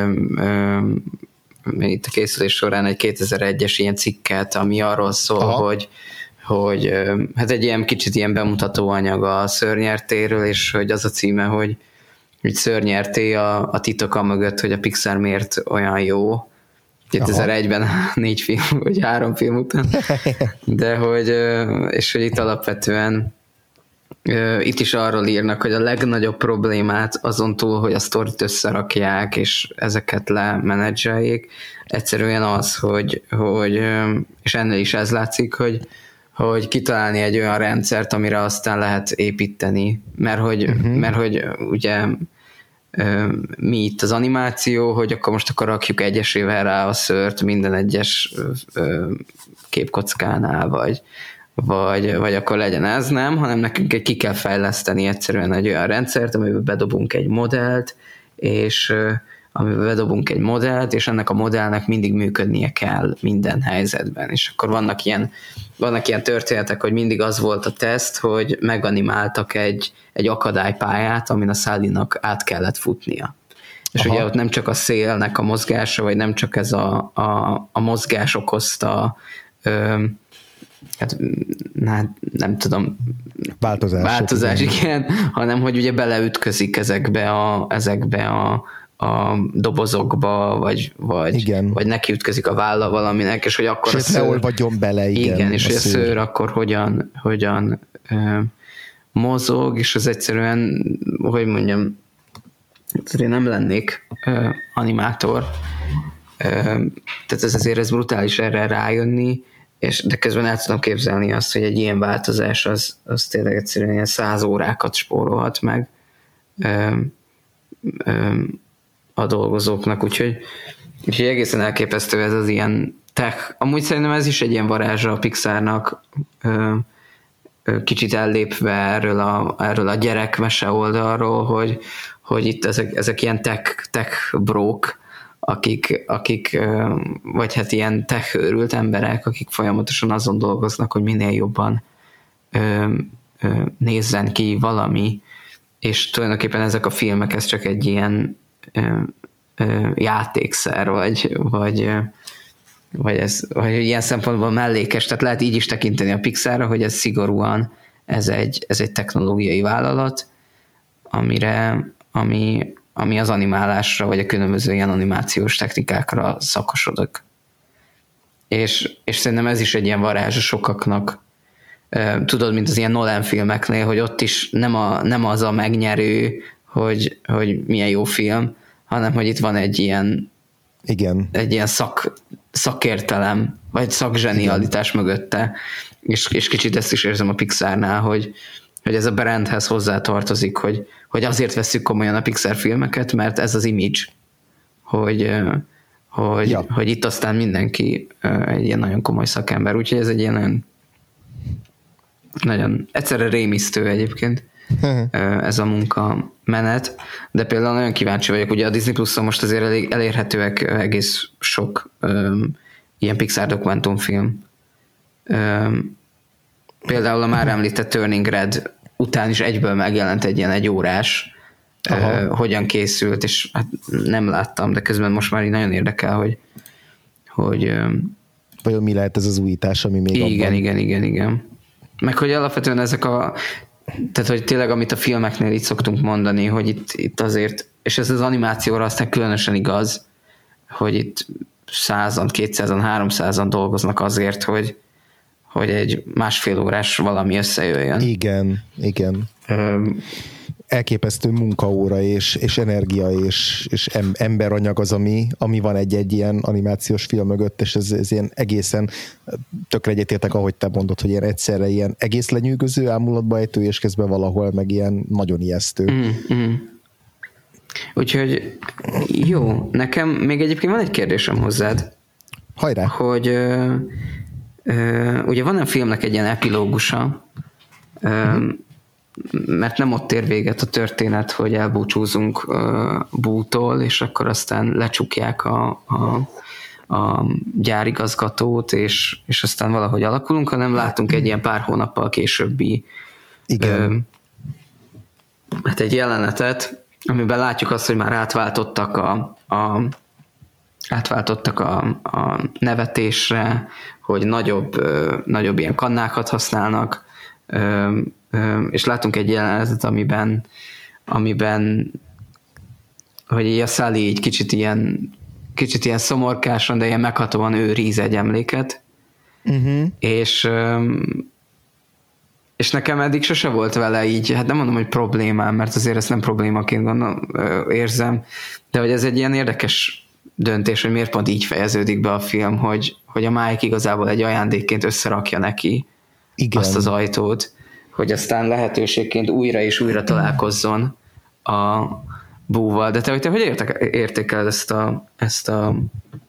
itt a készülés során egy 2001-es ilyen cikket, ami arról szól, hogy hát egy ilyen kicsit ilyen bemutató anyag a szörnyertéről, és hogy az a címe, hogy szörnyerté a titoka mögött, hogy a Pixar miért olyan jó. 2001-ben 4 film, vagy 3 film után. De hogy, és hogy itt alapvetően itt is arról írnak, hogy a legnagyobb problémát azon túl, hogy a sztorit összerakják, és ezeket lemenedzseljék, egyszerűen az, hogy és ennél is ez látszik, hogy kitalálni egy olyan rendszert, amire aztán lehet építeni, mert hogy ugye mi itt az animáció, hogy akkor rakjuk egyesével rá a szőrt minden egyes képkockánál, vagy akkor legyen ez, nem, hanem nekünk ki kell fejleszteni egyszerűen egy olyan rendszert, amiben bedobunk egy modellt, és ennek a modellnek mindig működnie kell minden helyzetben. És akkor vannak ilyen történetek, hogy mindig az volt a teszt, hogy meganimáltak egy akadálypályát, amin a Sullynak át kellett futnia. És ugye ott nem csak a szélnek a mozgása, vagy nem csak ez a mozgás okozta hát nem tudom, változás igen, hanem hogy ugye beleütközik ezekbe a dobozokba, vagy nekiütközik a válla valaminek, és hogy akkor
és ne olvadjon bele,
igen, és hogy a szőr akkor hogyan mozog, és az egyszerűen, hogy mondjam, én nem lennék animátor, tehát ez brutális erre rájönni, de közben el tudom képzelni azt, hogy egy ilyen változás az tényleg egyszerűen ilyen 100 órákat spórolhat meg a dolgozóknak, úgyhogy egészen elképesztő ez az ilyen tech. Amúgy szerintem ez is egy ilyen varázsa a Pixarnak, kicsit ellépve erről a gyerekmese oldalról, hogy itt ezek ilyen tech brók, akik vagy hát ilyen tech-őrült emberek, akik folyamatosan azon dolgoznak, hogy minél jobban nézzen ki valami, és tulajdonképpen ezek a filmek, ez csak egy ilyen játékszer, vagy ilyen szempontból mellékes, tehát lehet így is tekinteni a Pixarra, hogy ez szigorúan ez egy technológiai vállalat, ami az animálásra, vagy a különböző ilyen animációs technikákra szakosodik. És szerintem ez is egy ilyen varázsa sokaknak. Tudod, mint az ilyen Nolan filmeknél, hogy ott is nem az a megnyerő, hogy milyen jó film, hanem hogy itt van egy ilyen,
igen,
egy ilyen szakértelem, vagy szakzsenialitás mögötte, és kicsit ezt is érzem a Pixarnál, hogy ez a brandhez hozzátartozik, hogy azért vesszük komolyan a Pixar filmeket, mert ez az image, hogy itt aztán mindenki egy ilyen nagyon komoly szakember, úgyhogy ez egy ilyen nagyon egyszerre rémisztő egyébként ez a munka menet, de például nagyon kíváncsi vagyok, ugye a Disney Plus-on most azért elérhetőek egész sok ilyen Pixar dokumentumfilm. Például a már említett Turning Red után is egyből megjelent egy ilyen 1 órás, hogyan készült, és hát nem láttam, de közben most már így nagyon érdekel, hogy
vajon mi lehet ez az újítás, ami még
igen. Meg hogy alapvetően tehát hogy tényleg amit a filmeknél itt szoktunk mondani, hogy itt azért, és ez az animációra aztán különösen igaz, hogy itt 100-an, 200-an, 300-an dolgoznak azért, hogy egy 1,5 órás valami összejöjjön.
Igen. Elképesztő munkaóra és energia és emberanyag az, ami van egy ilyen animációs film mögött, és ez ilyen egészen tökre egyetértek, ahogy te mondod, hogy ilyen egyszerre ilyen egész lenyűgöző, ámulatba ejtő, és közben valahol meg ilyen nagyon ijesztő.
Úgyhogy jó, nekem még egyébként van egy kérdésem hozzád.
Hajrá!
Hogy ugye van a filmnek egy ilyen epilógusa, mert nem ott ér véget a történet, hogy elbúcsúzunk Bútól, és akkor aztán lecsukják a gyárigazgatót, és aztán valahogy alakulunk, hanem látunk egy ilyen pár hónappal későbbi hát egy jelenetet, amiben látjuk azt, hogy már átváltottak a nevetésre, hogy nagyobb ilyen kannákat használnak, és látunk egy jelenetet, amiben hogy így a Sully így kicsit ilyen szomorkásan, de ilyen meghatóan őriz egy emléket, és nekem eddig sose volt vele így, hát nem mondom, hogy problémám, mert azért ezt nem problémaként érzem, de hogy ez egy ilyen érdekes döntés, hogy miért pont így fejeződik be a film, hogy a Mike igazából egy ajándékként összerakja neki azt az ajtót, hogy aztán lehetőségként újra és újra találkozzon a Búval. De te hogy értékeled ezt a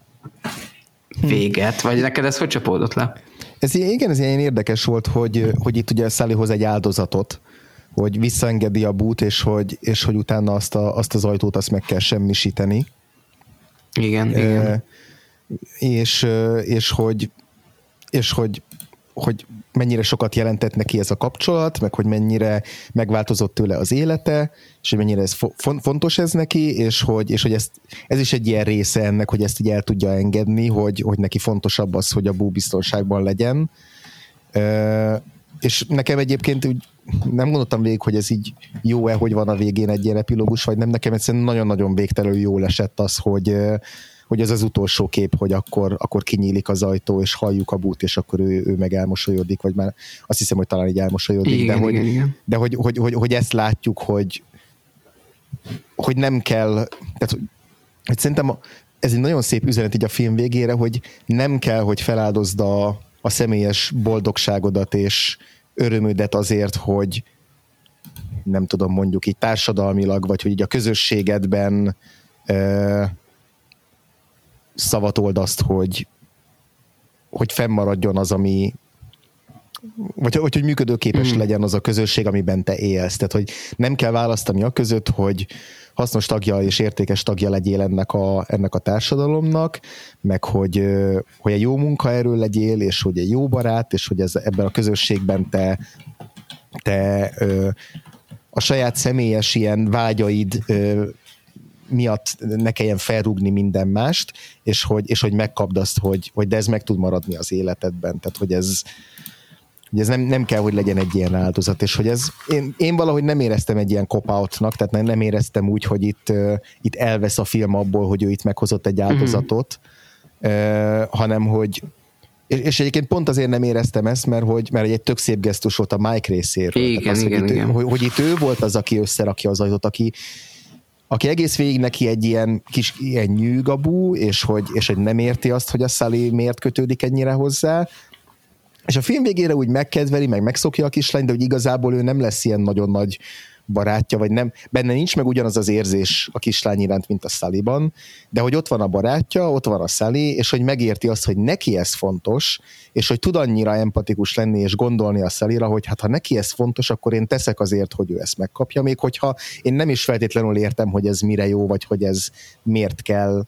véget? Vagy neked ez hogy csapódott le?
Ez ilyen érdekes volt, hogy itt ugye Sully hoz egy áldozatot, hogy visszaengedi a Bút, és hogy utána azt az ajtót azt meg kell semmisíteni.
Igen.
És hogy mennyire sokat jelentett neki ez a kapcsolat, meg hogy mennyire megváltozott tőle az élete, és hogy mennyire ez fontos ez neki, és hogy ez is egy ilyen része ennek, hogy ezt így el tudja engedni, hogy neki fontosabb az, hogy a Boo biztonságban legyen. És nekem egyébként úgy nem gondoltam végig, hogy ez így jó-e, hogy van a végén egy ilyen epilógus, vagy nem. Nekem egyszerűen nagyon-nagyon végtelenül jól esett az, hogy ez az utolsó kép, hogy akkor kinyílik az ajtó, és halljuk a Boot, és akkor ő meg elmosolyodik, vagy már azt hiszem, hogy talán így elmosolyodik,
igen.
De hogy ezt látjuk, hogy nem kell, tehát hogy szerintem ez egy nagyon szép üzenet így a film végére, hogy nem kell, hogy feláldozd a személyes boldogságodat és örömödet azért, hogy nem tudom, mondjuk így társadalmilag, vagy hogy így a közösségedben szavatold azt, hogy fennmaradjon az, ami vagy hogy működőképes legyen az a közösség, amiben te élsz. Tehát, hogy nem kell választani a között, hogy hasznos tagja és értékes tagja legyél ennek a társadalomnak, meg hogy egy jó munkaerő legyél, és hogy egy jó barát, és hogy ebben a közösségben te a saját személyes ilyen vágyaid miatt ne kelljen felrúgni minden mást, és hogy megkapd azt, hogy de ez meg tud maradni az életedben. Tehát, hogy ez nem kell, hogy legyen egy ilyen áldozat, és hogy ez, én valahogy nem éreztem egy ilyen cop-outnak, tehát nem éreztem úgy, hogy itt elvesz a film abból, hogy ő itt meghozott egy áldozatot, hanem hogy és egyébként pont azért nem éreztem ezt, mert egy tök szép gesztus volt a Mike részéről.
Igen.
Hogy itt ő volt az, aki összerakja az ajtót, aki egész végig neki egy ilyen kis ilyen nyűgabú, és hogy nem érti azt, hogy a Sully miért kötődik ennyire hozzá, és a film végére úgy megkedveli, meg megszokja a kislány, de hogy igazából ő nem lesz ilyen nagyon nagy barátja, vagy nem, benne nincs meg ugyanaz az érzés a kislány iránt, mint a Sullyban, de hogy ott van a barátja, ott van a Sully, és hogy megérti azt, hogy neki ez fontos, és hogy tud annyira empatikus lenni, és gondolni a Sullyra, hogy hát ha neki ez fontos, akkor én teszek azért, hogy ő ezt megkapja, még hogyha én nem is feltétlenül értem, hogy ez mire jó, vagy hogy ez miért kell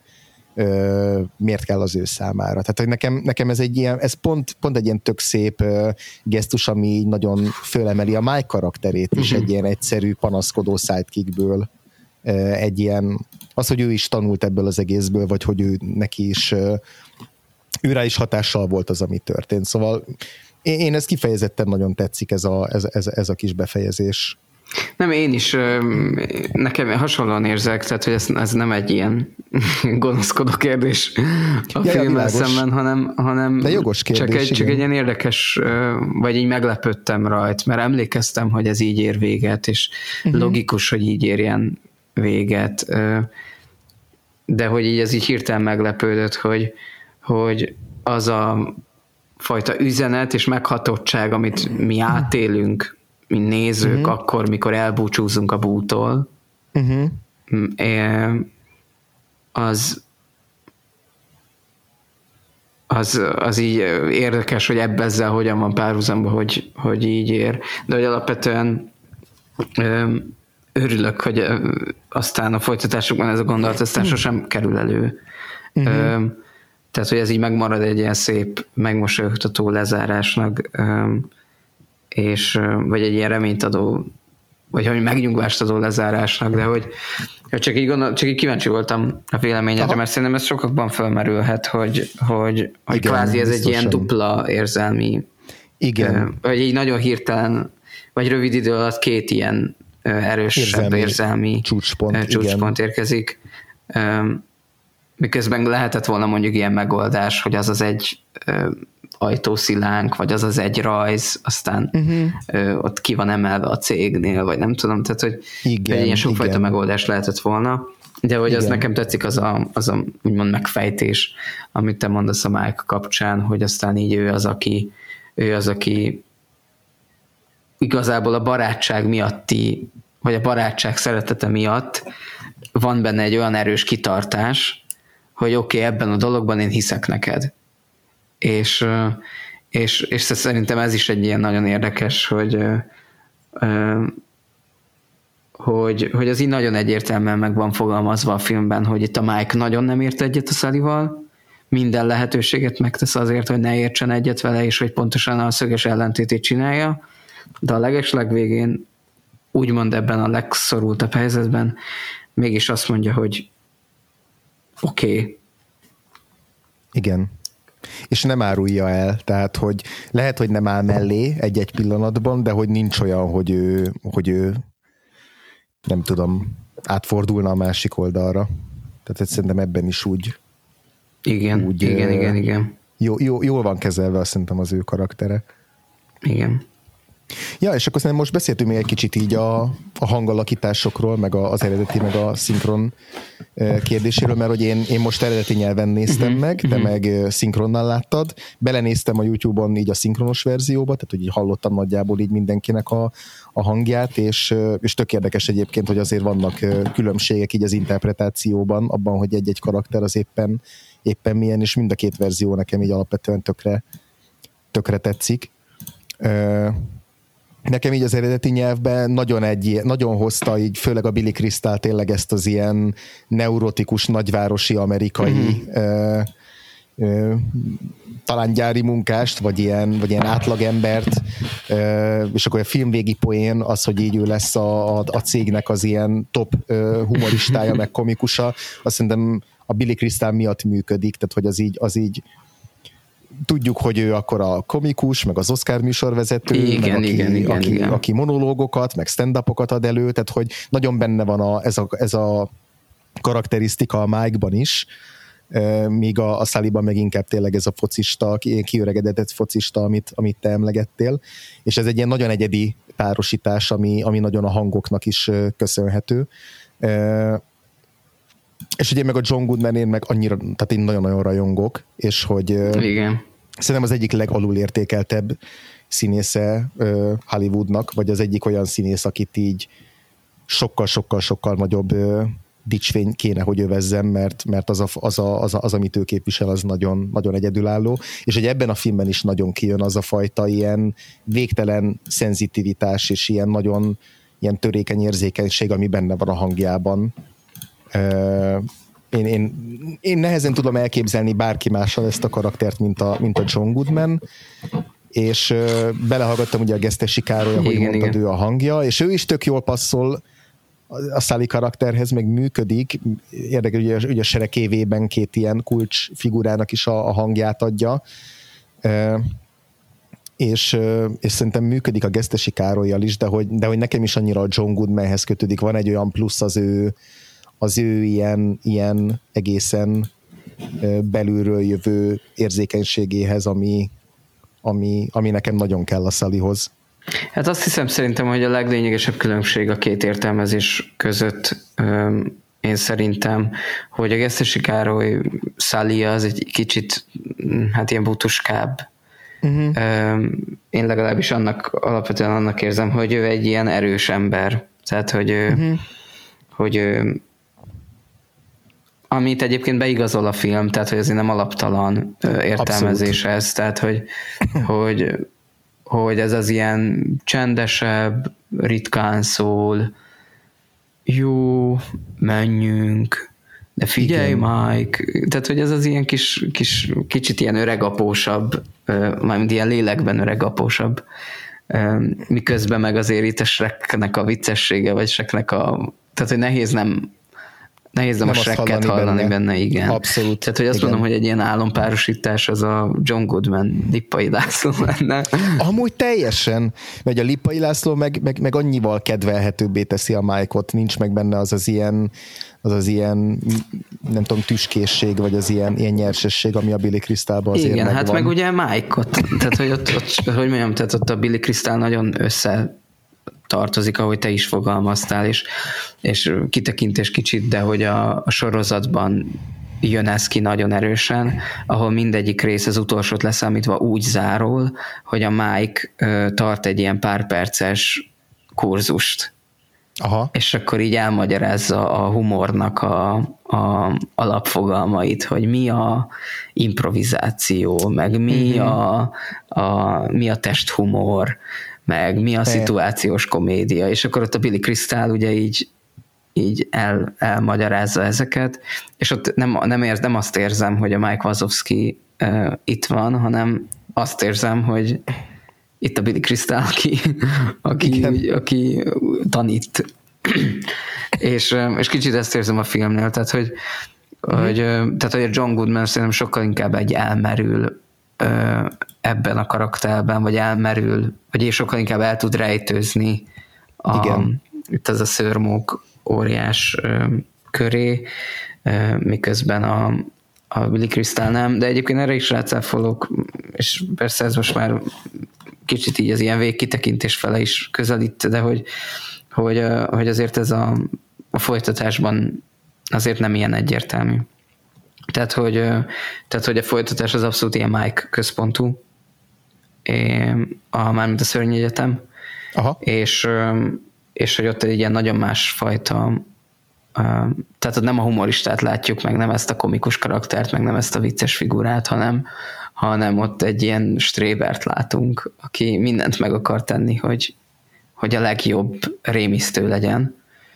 az ő számára. Tehát, hogy nekem ez egy ilyen, ez pont egy ilyen tök szép gesztus, ami így nagyon fölemeli a Mike karakterét is, egy ilyen egyszerű panaszkodó sidekickből. Egy ilyen, az, hogy ő is tanult ebből az egészből, vagy hogy neki is őrá is hatással volt az, ami történt. Szóval én ez kifejezetten nagyon tetszik, ez a kis befejezés.
Nem, én is, nekem hasonlóan érzek, tehát, hogy ez nem egy ilyen gonoszkodó kérdés a filmmel szemben, hanem
de jogos kérdés,
csak egy ilyen érdekes, vagy így meglepődtem rajta, mert emlékeztem, hogy ez így ér véget, és logikus, hogy így érjen véget, de hogy így ez így hirtelen meglepődött, hogy az a fajta üzenet és meghatottság, amit mi átélünk, mint nézők, akkor, mikor elbúcsúzunk a Bootól, az így érdekes, hogy ezzel hogyan van párhuzamba, hogy így ér. De hogy alapvetően örülök, hogy aztán a folytatásokban ez a gondolat aztán sosem kerül elő. Tehát, hogy ez így megmarad egy ilyen szép, megmosolyogtató lezárásnak, és vagy egy ilyen reményt adó, vagy hogy megnyugvást adó lezárásnak, de hogy csak így kíváncsi voltam a véleményedre, mert szerintem ez sokakban felmerülhet, hogy igen, kvázi ez egy ilyen dupla érzelmi, vagy így nagyon hirtelen, vagy rövid idő alatt két ilyen erősebb érzelmi csúcspont érkezik. Miközben lehetett volna mondjuk ilyen megoldás, hogy az egy ajtószilánk, vagy az egy rajz, aztán ott ki van emelve a cégnél, vagy nem tudom, tehát hogy ilyen sokfajta megoldás lehetett volna, de hogy az nekem tetszik az a úgymond megfejtés, amit te mondasz a Mike kapcsán, hogy aztán így ő az, aki igazából a barátság miatti, vagy a barátság szeretete miatt van benne egy olyan erős kitartás, hogy oké, ebben a dologban én hiszek neked. És szerintem ez is egy ilyen nagyon érdekes, hogy az így nagyon egyértelműen meg van fogalmazva a filmben, hogy itt a Mike nagyon nem ért egyet a Sullyval, minden lehetőséget megtesz azért, hogy ne értsen egyet vele, és hogy pontosan a szöges ellentétét csinálja, de a legeslegvégén úgymond ebben a legszorultabb helyzetben mégis azt mondja, hogy oké.
Igen. És nem árulja el, tehát hogy lehet, hogy nem áll mellé egy-egy pillanatban, de hogy nincs olyan, hogy ő nem tudom, átfordulna a másik oldalra. Tehát szerintem ebben is úgy
igen.
Jól van kezelve, azt szerintem az ő karaktere.
Igen.
Ja, és akkor szerintem most beszéltünk még egy kicsit így a hangalakításokról, meg az eredeti, meg a szinkron kérdéséről, mert hogy én most eredeti nyelven néztem meg, de meg szinkronnal láttad. Belenéztem a YouTube-on így a szinkronos verzióba, tehát hogy így hallottam nagyjából így mindenkinek a hangját, és tök érdekes egyébként, hogy azért vannak különbségek így az interpretációban, abban, hogy egy-egy karakter az éppen milyen, és mind a két verzió nekem így alapvetően tökre tetszik. Nekem így az eredeti nyelvben nagyon hozta így, főleg a Billy Crystal tényleg ezt az ilyen neurotikus, nagyvárosi amerikai talán gyári munkást, vagy ilyen átlagembert, és akkor a filmvégi poén az, hogy így ő lesz a cégnek az ilyen top humoristája, meg komikusa, azt szerintem a Billy Crystal miatt működik, tehát hogy az így tudjuk, hogy ő akkor a komikus, meg az Oscar műsorvezető,
igen.
aki monológokat, meg stand-upokat ad elő, tehát hogy nagyon benne van ez a karakterisztika a Mike-ban is, míg a Sullyban meg inkább tényleg ez a focista, kiöregedett focista, amit te emlegettél, és ez egy ilyen nagyon egyedi párosítás, ami nagyon a hangoknak is köszönhető. És ugye meg a John Goodman, én meg annyira, tehát én nagyon-nagyon rajongok, és hogy
igen.
Szerintem az egyik legalulértékeltebb színésze Hollywoodnak, vagy az egyik olyan színész, akit így sokkal-sokkal nagyobb dicsfény kéne, hogy övezzem, mert az, amit ő képvisel, az nagyon, nagyon egyedülálló. És hogy ebben a filmben is nagyon kijön az a fajta ilyen végtelen szenzitivitás, és ilyen nagyon ilyen törékeny érzékenység, ami benne van a hangjában. Én nehezen tudom elképzelni bárki mással ezt a karaktert, mint a John Goodman, és belehallgattam ugye a Gesztesi Károly, ahogy mondtad, ő a hangja, és ő is tök jól passzol a Sully karakterhez, meg működik. Érdekes, ugye a Shrek évében két ilyen kulcs figurának is a hangját adja, és szerintem működik a Gesztesi Károlyjal is, de hogy nekem is annyira a John Goodmanhez kötődik. Van egy olyan plusz az ő ilyen egészen belülről jövő érzékenységéhez, ami nekem nagyon kell a Sullyhoz.
Hát azt hiszem szerintem, hogy a leglényegesebb különbség a két értelmezés között én szerintem, hogy a Gesztesi Károly Sully az egy kicsit hát ilyen butuskább. Én legalábbis alapvetően annak érzem, hogy ő egy ilyen erős ember. Tehát, hogy ő amit egyébként beigazol a film, tehát hogy azért nem alaptalan értelmezés ez, tehát hogy ez az ilyen csendesebb, ritkán szól, jó, menjünk, de figyelj, Mike, tehát hogy ez az ilyen kicsit ilyen öregapósabb, mármint ilyen lélekben öregapósabb, miközben meg azért itt a Shreknek a viccessége, vagy Shreknek tehát hogy nehéz nem a Shreket hallani benne, igen.
Abszolút.
Tehát, hogy azt mondom, hogy egy ilyen álompárosítás az a John Goodman Lippai László lenne.
Amúgy teljesen, vagy a Lippai László meg annyival kedvelhetőbbé teszi a Mike-ot, nincs meg benne az az ilyen nem tudom, tüskészség, vagy az ilyen nyersesség, ami a Billy Crystalban azért
igen,
megvan.
Hát meg ugye Mike-ot, tehát hogy ott hogy mondjam, tehát ott a Billy Crystal nagyon tartozik, ahogy te is fogalmaztál, és kitekintés kicsit, de hogy a sorozatban jön ez ki nagyon erősen, ahol mindegyik rész az utolsót leszámítva úgy zárul, hogy a Mike tart egy ilyen pár perces kurzust.
Aha.
És akkor így elmagyarázza a humornak a alapfogalmait, hogy mi a improvizáció, meg mi mi a testhumor, meg mi a szituációs komédia, és akkor ott a Billy Crystal ugye így elmagyarázza ezeket, és ott nem azt érzem, hogy a Mike Wazowski itt van, azt érzem, hogy itt a Billy Crystal, aki tanít. és kicsit ezt érzem a filmnél, tehát hogy a John Goodman szerintem sokkal inkább egy elmerül ebben a karakterben, vagy sokkal inkább el tud rejtőzni itt az a szőrmók óriás köré, miközben a Billy Crystal nem, de egyébként erre is rácáfolok, és persze ez most már kicsit így az ilyen végkitekintés fele is közelít, de hogy azért ez a folytatásban azért nem ilyen egyértelmű. Tehát, hogy a folytatás az abszolút ilyen Mike központú, mármint a Szörny Egyetem, és hogy ott egy ilyen nagyon másfajta, tehát ott nem a humoristát látjuk, meg nem ezt a komikus karaktert, meg nem ezt a vicces figurát, hanem ott egy ilyen strébert látunk, aki mindent meg akar tenni, hogy a legjobb rémisztő legyen.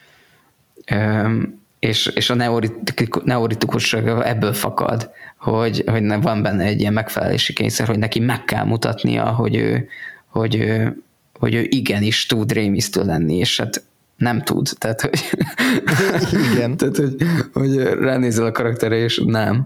És a neuritikusság ebből fakad, hogy van benne egy ilyen megfelelési kényszer, hogy neki meg kell mutatnia, hogy ő igenis tud rémisztő lenni, és hát nem tud. Tehát, hogy,
igen.
Tehát, hogy ránézel a karakterre, és nem.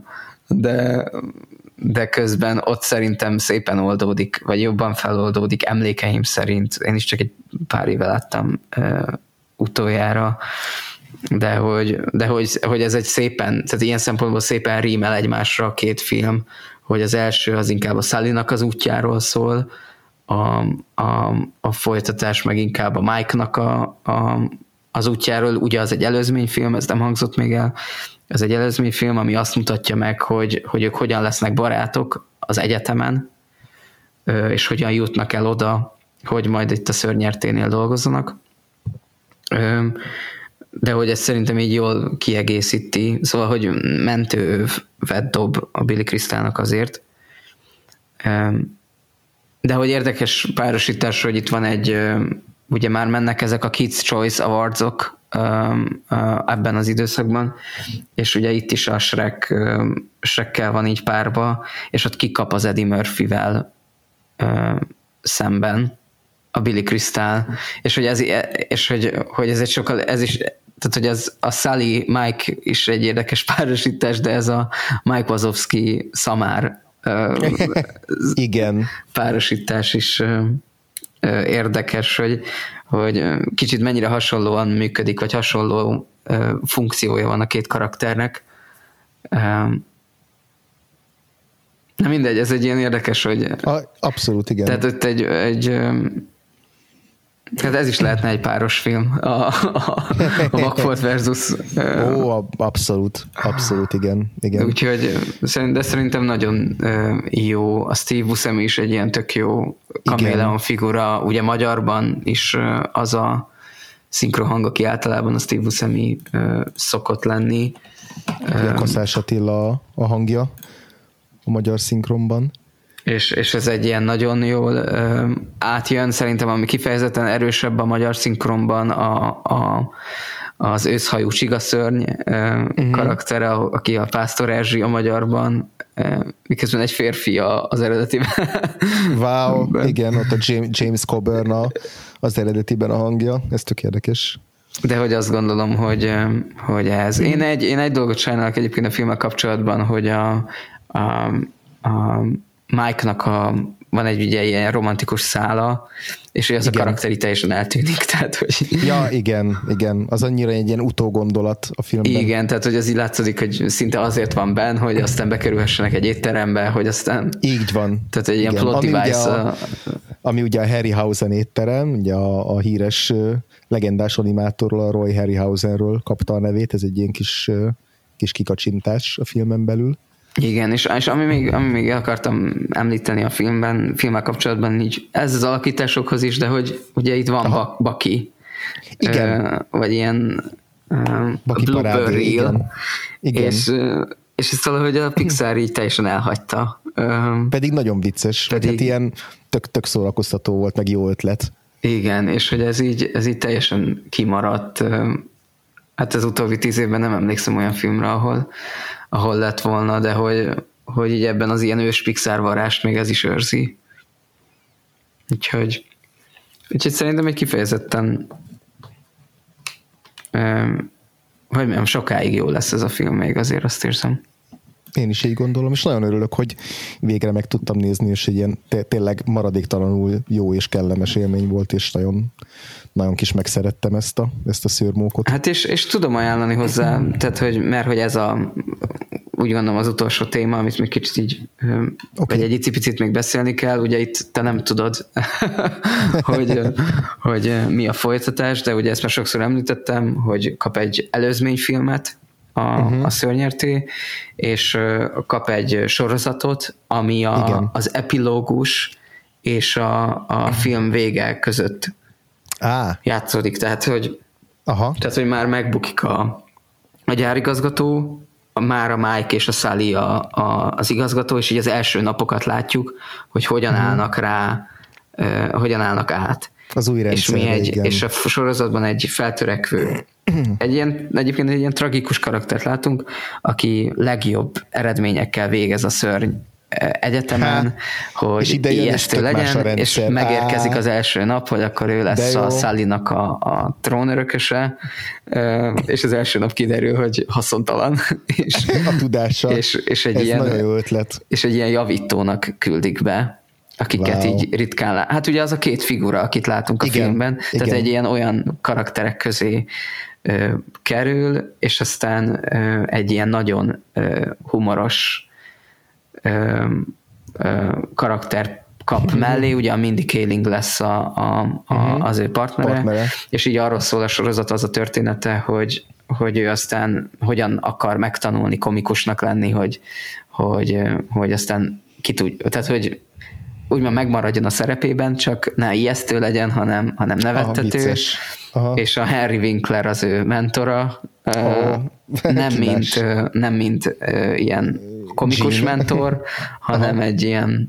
De közben ott szerintem szépen oldódik, vagy jobban feloldódik emlékeim szerint. Én is csak egy pár éve láttam utoljára, de hogy ez egy szépen, tehát ilyen szempontból szépen rímel egymásra a két film, hogy az első az inkább a Sullynak az útjáról szól, a folytatás meg inkább a Mike-nak az útjáról, ugye az egy előzményfilm, ez nem hangzott még el, ez egy előzményfilm, ami azt mutatja meg, hogy ők hogyan lesznek barátok az egyetemen, és hogyan jutnak el oda, hogy majd itt a Szörnyerténél dolgozzanak. De hogy ez szerintem így jól kiegészíti, szóval, hogy mentőövet dob a Billy Crystalnak azért. De hogy érdekes párosítás, hogy itt van ugye már mennek ezek a Kids' Choice Awards-ok ebben az időszakban, és ugye itt is a Shrekkel van így párba, és ott kikap az Eddie Murphy-vel szemben a Billy Crystal, és hogy ez egy sokkal, ez is, tehát hogy a Sully Mike is egy érdekes párosítás, de ez a Mike Wazowski Szamár
igen.
párosítás is érdekes, hogy kicsit mennyire hasonlóan működik, vagy hasonló funkciója van a két karakternek. Na mindegy, ez egy ilyen érdekes, hogy...
Abszolút, igen.
Tehát ott hát ez is lehetne egy páros film, a Vakfolt versus...
Abszolút, igen.
Úgyhogy szerintem nagyon jó. A Steve Buscemi is egy ilyen tök jó kaméleon figura, ugye magyarban is az a szinkrohang, aki általában a Steve Buscemi szokott lenni.
Kaszás Attila a hangja a magyar szinkronban.
És ez egy ilyen nagyon jól átjön, szerintem ami kifejezetten erősebb a magyar szinkronban az őszhajú csigaszörny karaktere, aki a Pásztor Erzsi a magyarban, miközben egy férfi az eredetiben.
Wow, igen, ott a James Coburn az eredetiben a hangja, ez tök érdekes.
De hogy azt gondolom, hogy ez. Én egy dolgot sajnálok egyébként a filmmel kapcsolatban, hogy a Mike-nak van egy ugye ilyen romantikus szála, és hogy az igen. A karakteri teljesen eltűnik. Tehát, hogy...
Ja, igen. Az annyira egy ilyen utógondolat a filmben.
Igen, tehát hogy az így látszik, hogy szinte azért van benne, hogy aztán bekerülhessenek egy étterembe, hogy aztán...
Így van.
Tehát egy ilyen plot device.
Ami ugye a Harryhausen étterem, ugye a híres legendás animátorról, a Roy Harryhausenről kapta a nevét, ez egy ilyen kis kikacsintás a filmen belül.
Igen, és ami még akartam említeni a filmmel kapcsolatban, így ez az alakításokhoz is, de hogy ugye itt van Baki.
Igen.
Vagy ilyen blooper reel.
Igen.
És ezt valahogy a Pixar így teljesen elhagyta.
Pedig nagyon vicces. Hát ilyen tök szórakoztató volt, meg jó ötlet.
Igen, és hogy ez így teljesen kimaradt. Hát az utóbbi 10 évben nem emlékszem olyan filmre, ahol lett volna, de hogy így ebben az ilyen ős Pixar varást még ez is őrzi. Úgyhogy szerintem egy kifejezetten hogy mondjam, sokáig jó lesz ez a film még, azért azt érzem.
Én is így gondolom, és nagyon örülök, hogy végre meg tudtam nézni, és egy ilyen tényleg maradéktalanul jó és kellemes élmény volt, és nagyon, nagyon kis megszerettem ezt a szőrmókot.
Hát és tudom ajánlani hozzá, tehát mert hogy ez úgy gondolom az utolsó téma, amit még kicsit így, vagy egy icipicit még beszélni kell, ugye itt te nem tudod, hogy mi a folytatás, de ugye ezt már sokszor említettem, hogy kap egy előzményfilmet, a Szörnyerté, és kap egy sorozatot, ami az epilógus és a film vége között játszódik. Tehát, hogy már megbukik a gyárigazgató, már a Mike és a Sully az igazgató, és így az első napokat látjuk, hogy hogyan állnak rá, hogyan állnak át.
Az új rendszerre,
és a sorozatban egy feltörekvő, egyébként egy ilyen tragikus karaktert látunk, aki legjobb eredményekkel végez a szörny egyetemen, hogy ijesztő legyen, és megérkezik az első nap, hogy akkor ő lesz a Sullynak a trónörököse, és az első nap kiderül, hogy haszontalan. És,
a tudása.
És egy
ez
ilyen,
nagyon jó ötlet.
És egy ilyen javítónak küldik be, akiket így ritkán hát ugye az a két figura, akit látunk a filmben, tehát egy ilyen olyan karakterek közé kerül, és aztán egy ilyen nagyon humoros karakter kap mellé, ugye a Mindy Kaling lesz az ő partnere, és így arról szól a sorozat, az a története, hogy ő aztán hogyan akar megtanulni komikusnak lenni, hogy aztán tehát hogy úgymond megmaradjon a szerepében, csak ne ijesztő legyen, hanem nevettető. És a Henry Winkler az ő mentora, nem mint ilyen komikus mentor, hanem egy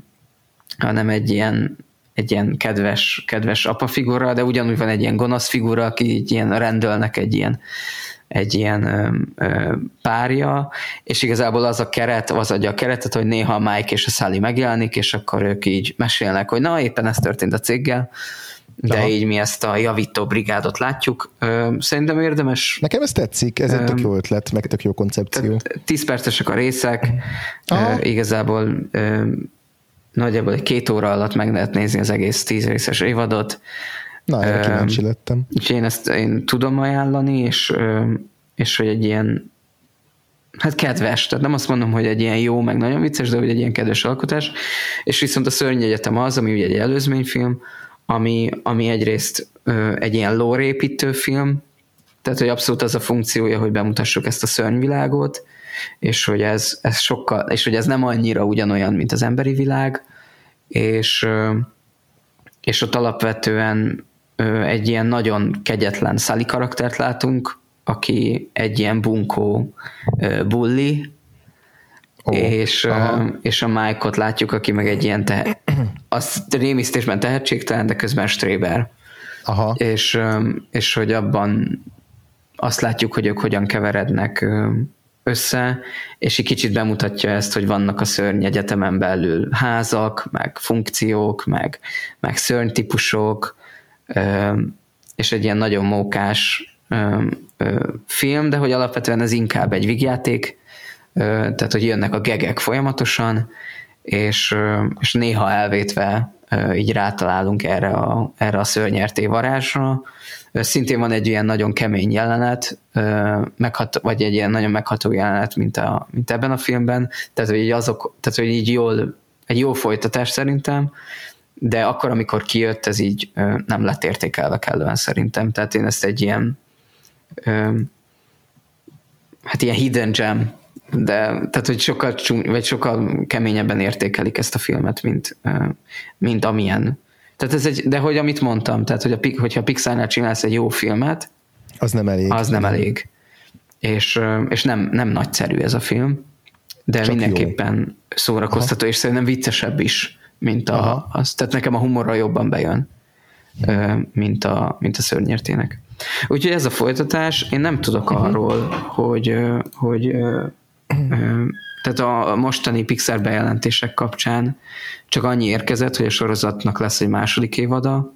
ilyen kedves apafigura, de ugyanúgy van egy ilyen gonosz figura, aki így ilyen rendelnek egy ilyen párja, és igazából az a keret, az adja a keretet, hogy néha a Mike és a Sully megjelenik, és akkor ők így mesélnek, hogy na, éppen ez történt a céggel, de így mi ezt a javító brigádot látjuk. Szerintem érdemes...
Nekem ez tetszik, ez egy tök jó ötlet, meg tök jó koncepció.
10 percesek a részek, igazából nagyjából egy 2 óra alatt meg lehet nézni az egész 10 részes évadot.
Na, erre kíváncsi lettem.
És én tudom ajánlani, és hogy egy ilyen hát kedves, tehát nem azt mondom, hogy egy ilyen jó, meg nagyon vicces, de hogy egy ilyen kedves alkotás, és viszont a Szörny Egyetem az, ami ugye egy előzményfilm, ami egyrészt egy ilyen lore-építő film, tehát hogy abszolút az a funkciója, hogy bemutassuk ezt a szörnyvilágot, és hogy ez sokkal, és hogy ez nem annyira ugyanolyan, mint az emberi világ, és ott alapvetően egy ilyen nagyon kegyetlen Sully karaktert látunk, aki egy ilyen bunkó bully, és a Mike-ot látjuk, aki meg egy ilyen az rémisztésben tehetségtelen, de közben stréber.
Aha.
És hogy abban azt látjuk, hogy ők hogyan keverednek össze, és egy kicsit bemutatja ezt, hogy vannak a szörny egyetemen belül házak, meg funkciók, meg szörnytípusok, és egy ilyen nagyon mókás film, de hogy alapvetően ez inkább egy vígjáték, tehát hogy jönnek a gegek folyamatosan, és néha elvétve így rátalálunk erre a szörnyerté varázsra. Szintén van egy ilyen nagyon kemény jelenet, vagy egy ilyen nagyon megható jelenet, mint ebben a filmben, tehát hogy így egy jó folytatás szerintem, de akkor, amikor kijött, ez így nem lett értékelve kellően szerintem, tehát én ezt egy ilyen ilyen hidden gem, de tehát, hogy sokkal keményebben értékelik ezt a filmet, mint amilyen. Tehát de hogy amit mondtam, tehát hogyha Pixarnál csinálsz egy jó filmet,
az nem elég.
Az nem elég. És nem nagyszerű ez a film, de csak mindenképpen jó. Szórakoztató, és szerintem viccesebb is, mint az. Tehát nekem a humorra jobban bejön, mint a szörnyértének. Úgyhogy ez a folytatás, én nem tudok arról, hogy tehát a mostani Pixar bejelentések kapcsán csak annyi érkezett, hogy a sorozatnak lesz egy második évada,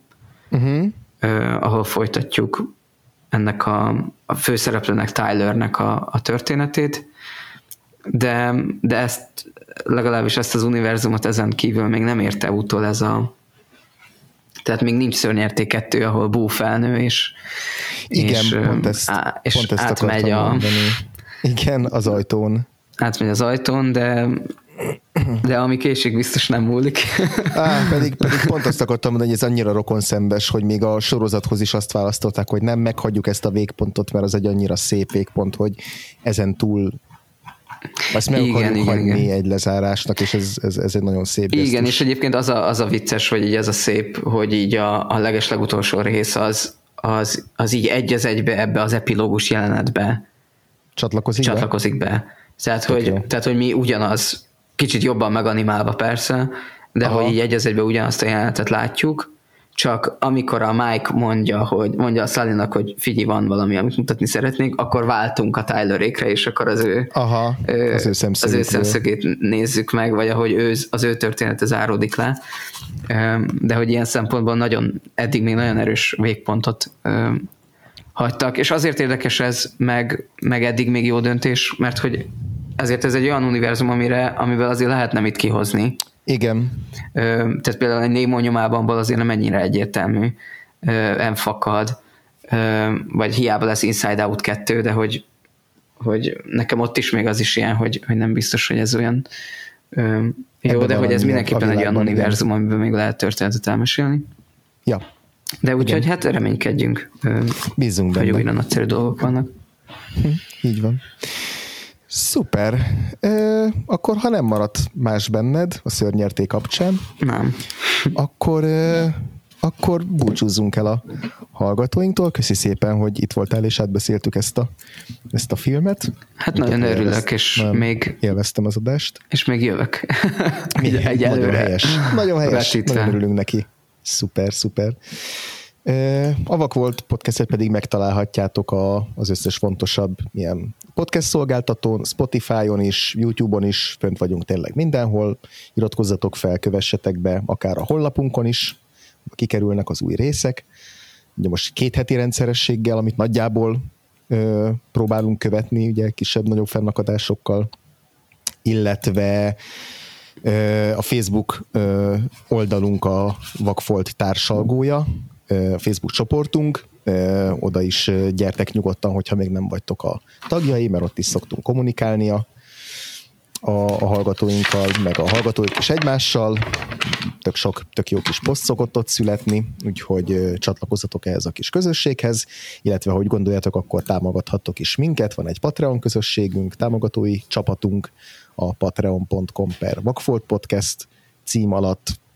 ahol folytatjuk ennek a főszereplőnek, Tylernek a történetét, de legalábbis ezt az univerzumot ezen kívül még nem érte utol tehát még nincs Szörnyerté 2, ahol Boo felnő, és
pont ezt
átmegy
igen, az ajtón.
Átmegy az ajtón, de ami késik, biztos nem múlik.
Pedig pont azt akartam mondani, hogy ez annyira rokonszembes, hogy még a sorozathoz is azt választották, hogy nem meghagyjuk ezt a végpontot, mert az egy annyira szép végpont, hogy ezen túl azt meg akarjuk hagyni egy lezárásnak, és ez egy nagyon szép gesztus.
Igen, és egyébként az a vicces, vagy így ez a szép, hogy így a legeslegutolsó rész az így egy az egybe ebbe az epilógus jelenetbe csatlakozik be. Tehát, hogy mi ugyanaz, kicsit jobban meganimálva persze, de hogy így egy az egybe ugyanazt a jelenetet látjuk, csak amikor a Mike mondja a Sullynak, hogy figyelj, van valami, amit mutatni szeretnénk, akkor váltunk a Tylerékre, és akkor az ő szemszögét nézzük meg, vagy ahogy az ő története záródik le. De hogy ilyen szempontból eddig még nagyon erős végpontot hagytak, és azért érdekes ez, meg eddig még jó döntés, mert hogy ezért ez egy olyan univerzum, amivel azért lehetne mit kihozni.
Igen.
Tehát például egy Nemo nyomában azért nem ennyire egyértelmű, nem fakad, vagy hiába lesz Inside Out 2, de hogy nekem ott is még az is ilyen, hogy nem biztos, hogy ez olyan jó, ebben de hogy ez mindenképpen egy olyan univerzum, amiben még lehet történetet elmesélni.
Ja.
De úgyhogy hát reménykedjünk.
Bízunk benne.
Hogy újra nagyszerű dolgok vannak.
Így van. Szuper. Akkor ha nem maradt más benned a Szörnyerté kapcsán,
nem.
Akkor búcsúzzunk el a hallgatóinktól. Köszi szépen, hogy itt voltál, és átbeszéltük ezt a filmet.
Hát nagyon örülök, és még
élveztem az adást.
És még jövök.
Nagyon helyes. Nagyon örülünk neki. Szuper. A Vakfolt podcastet pedig megtalálhatjátok az összes fontosabb ilyen podcast szolgáltatón, Spotify-on is, YouTube-on is, fönt vagyunk tényleg mindenhol. Iratkozzatok fel, kövessetek be, akár a honlapunkon is, kikerülnek az új részek. Ugye most 2 heti rendszerességgel, amit nagyjából próbálunk követni, ugye kisebb-nagyobb fennakadásokkal, illetve a Facebook oldalunk a Vakfolt társalgója, a Facebook csoportunk, oda is gyertek nyugodtan, hogyha még nem vagytok a tagjai, mert ott is szoktunk kommunikálni a hallgatóinkkal, meg a hallgatóik is egymással. Tök jó kis poszt szokott ott születni, úgyhogy csatlakozzatok ehhez a kis közösséghez, illetve ha úgy gondoljátok, akkor támogathattok is minket. Van egy Patreon közösségünk, támogatói csapatunk, a patreon.com/Vakfolt Podcast cím alatt.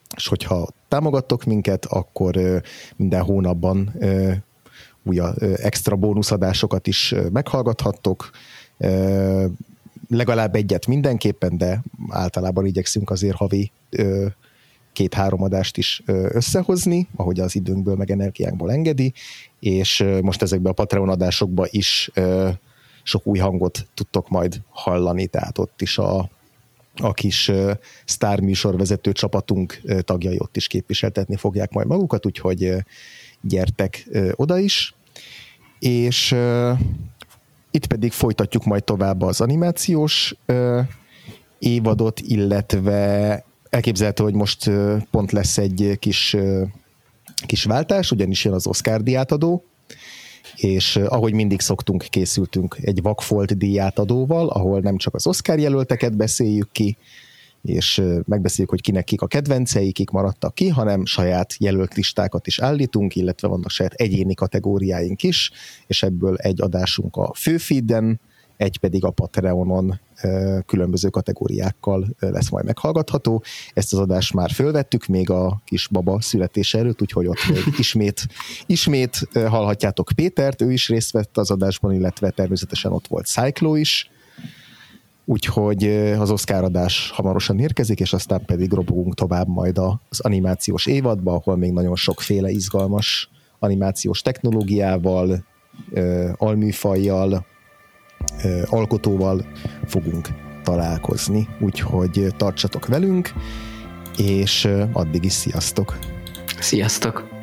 és hogyha támogattok minket, akkor minden hónapban extra bónuszadásokat is meghallgathattok, legalább egyet mindenképpen, de általában igyekszünk azért havi 2-3 adást is összehozni, ahogy az időnkből meg energiánkból engedi, és most ezekben a Patreon adásokban is sok új hangot tudtok majd hallani, tehát ott is a kis sztár műsorvezető csapatunk tagjai ott is képviseltetni fogják majd magukat, úgyhogy gyertek oda is, és itt pedig folytatjuk majd tovább az animációs évadot, illetve elképzelhető, hogy most pont lesz egy kis váltás, ugyanis jön az Oscar díjátadó, és ahogy mindig szoktunk, készültünk egy Vakfolt díjátadóval, ahol nem csak az Oscar jelölteket beszéljük ki, és megbeszéljük, hogy kinek kik a kedvencei, kik maradtak ki, hanem saját jelölt listákat is állítunk, illetve vannak saját egyéni kategóriáink is, és ebből egy adásunk a főfeeden, egy pedig a Patreonon különböző kategóriákkal lesz majd meghallgatható. Ezt az adást már fölvettük még a kis baba születése előtt, úgyhogy ott még ismét hallhatjátok Pétert, ő is részt vett az adásban, illetve természetesen ott volt Cyclo is, úgyhogy az Oscar adás hamarosan érkezik, és aztán pedig robogunk tovább majd az animációs évadba, ahol még nagyon sokféle izgalmas animációs technológiával, alműfajjal, alkotóval fogunk találkozni, úgyhogy tartsatok velünk, és addig is sziasztok!
Sziasztok!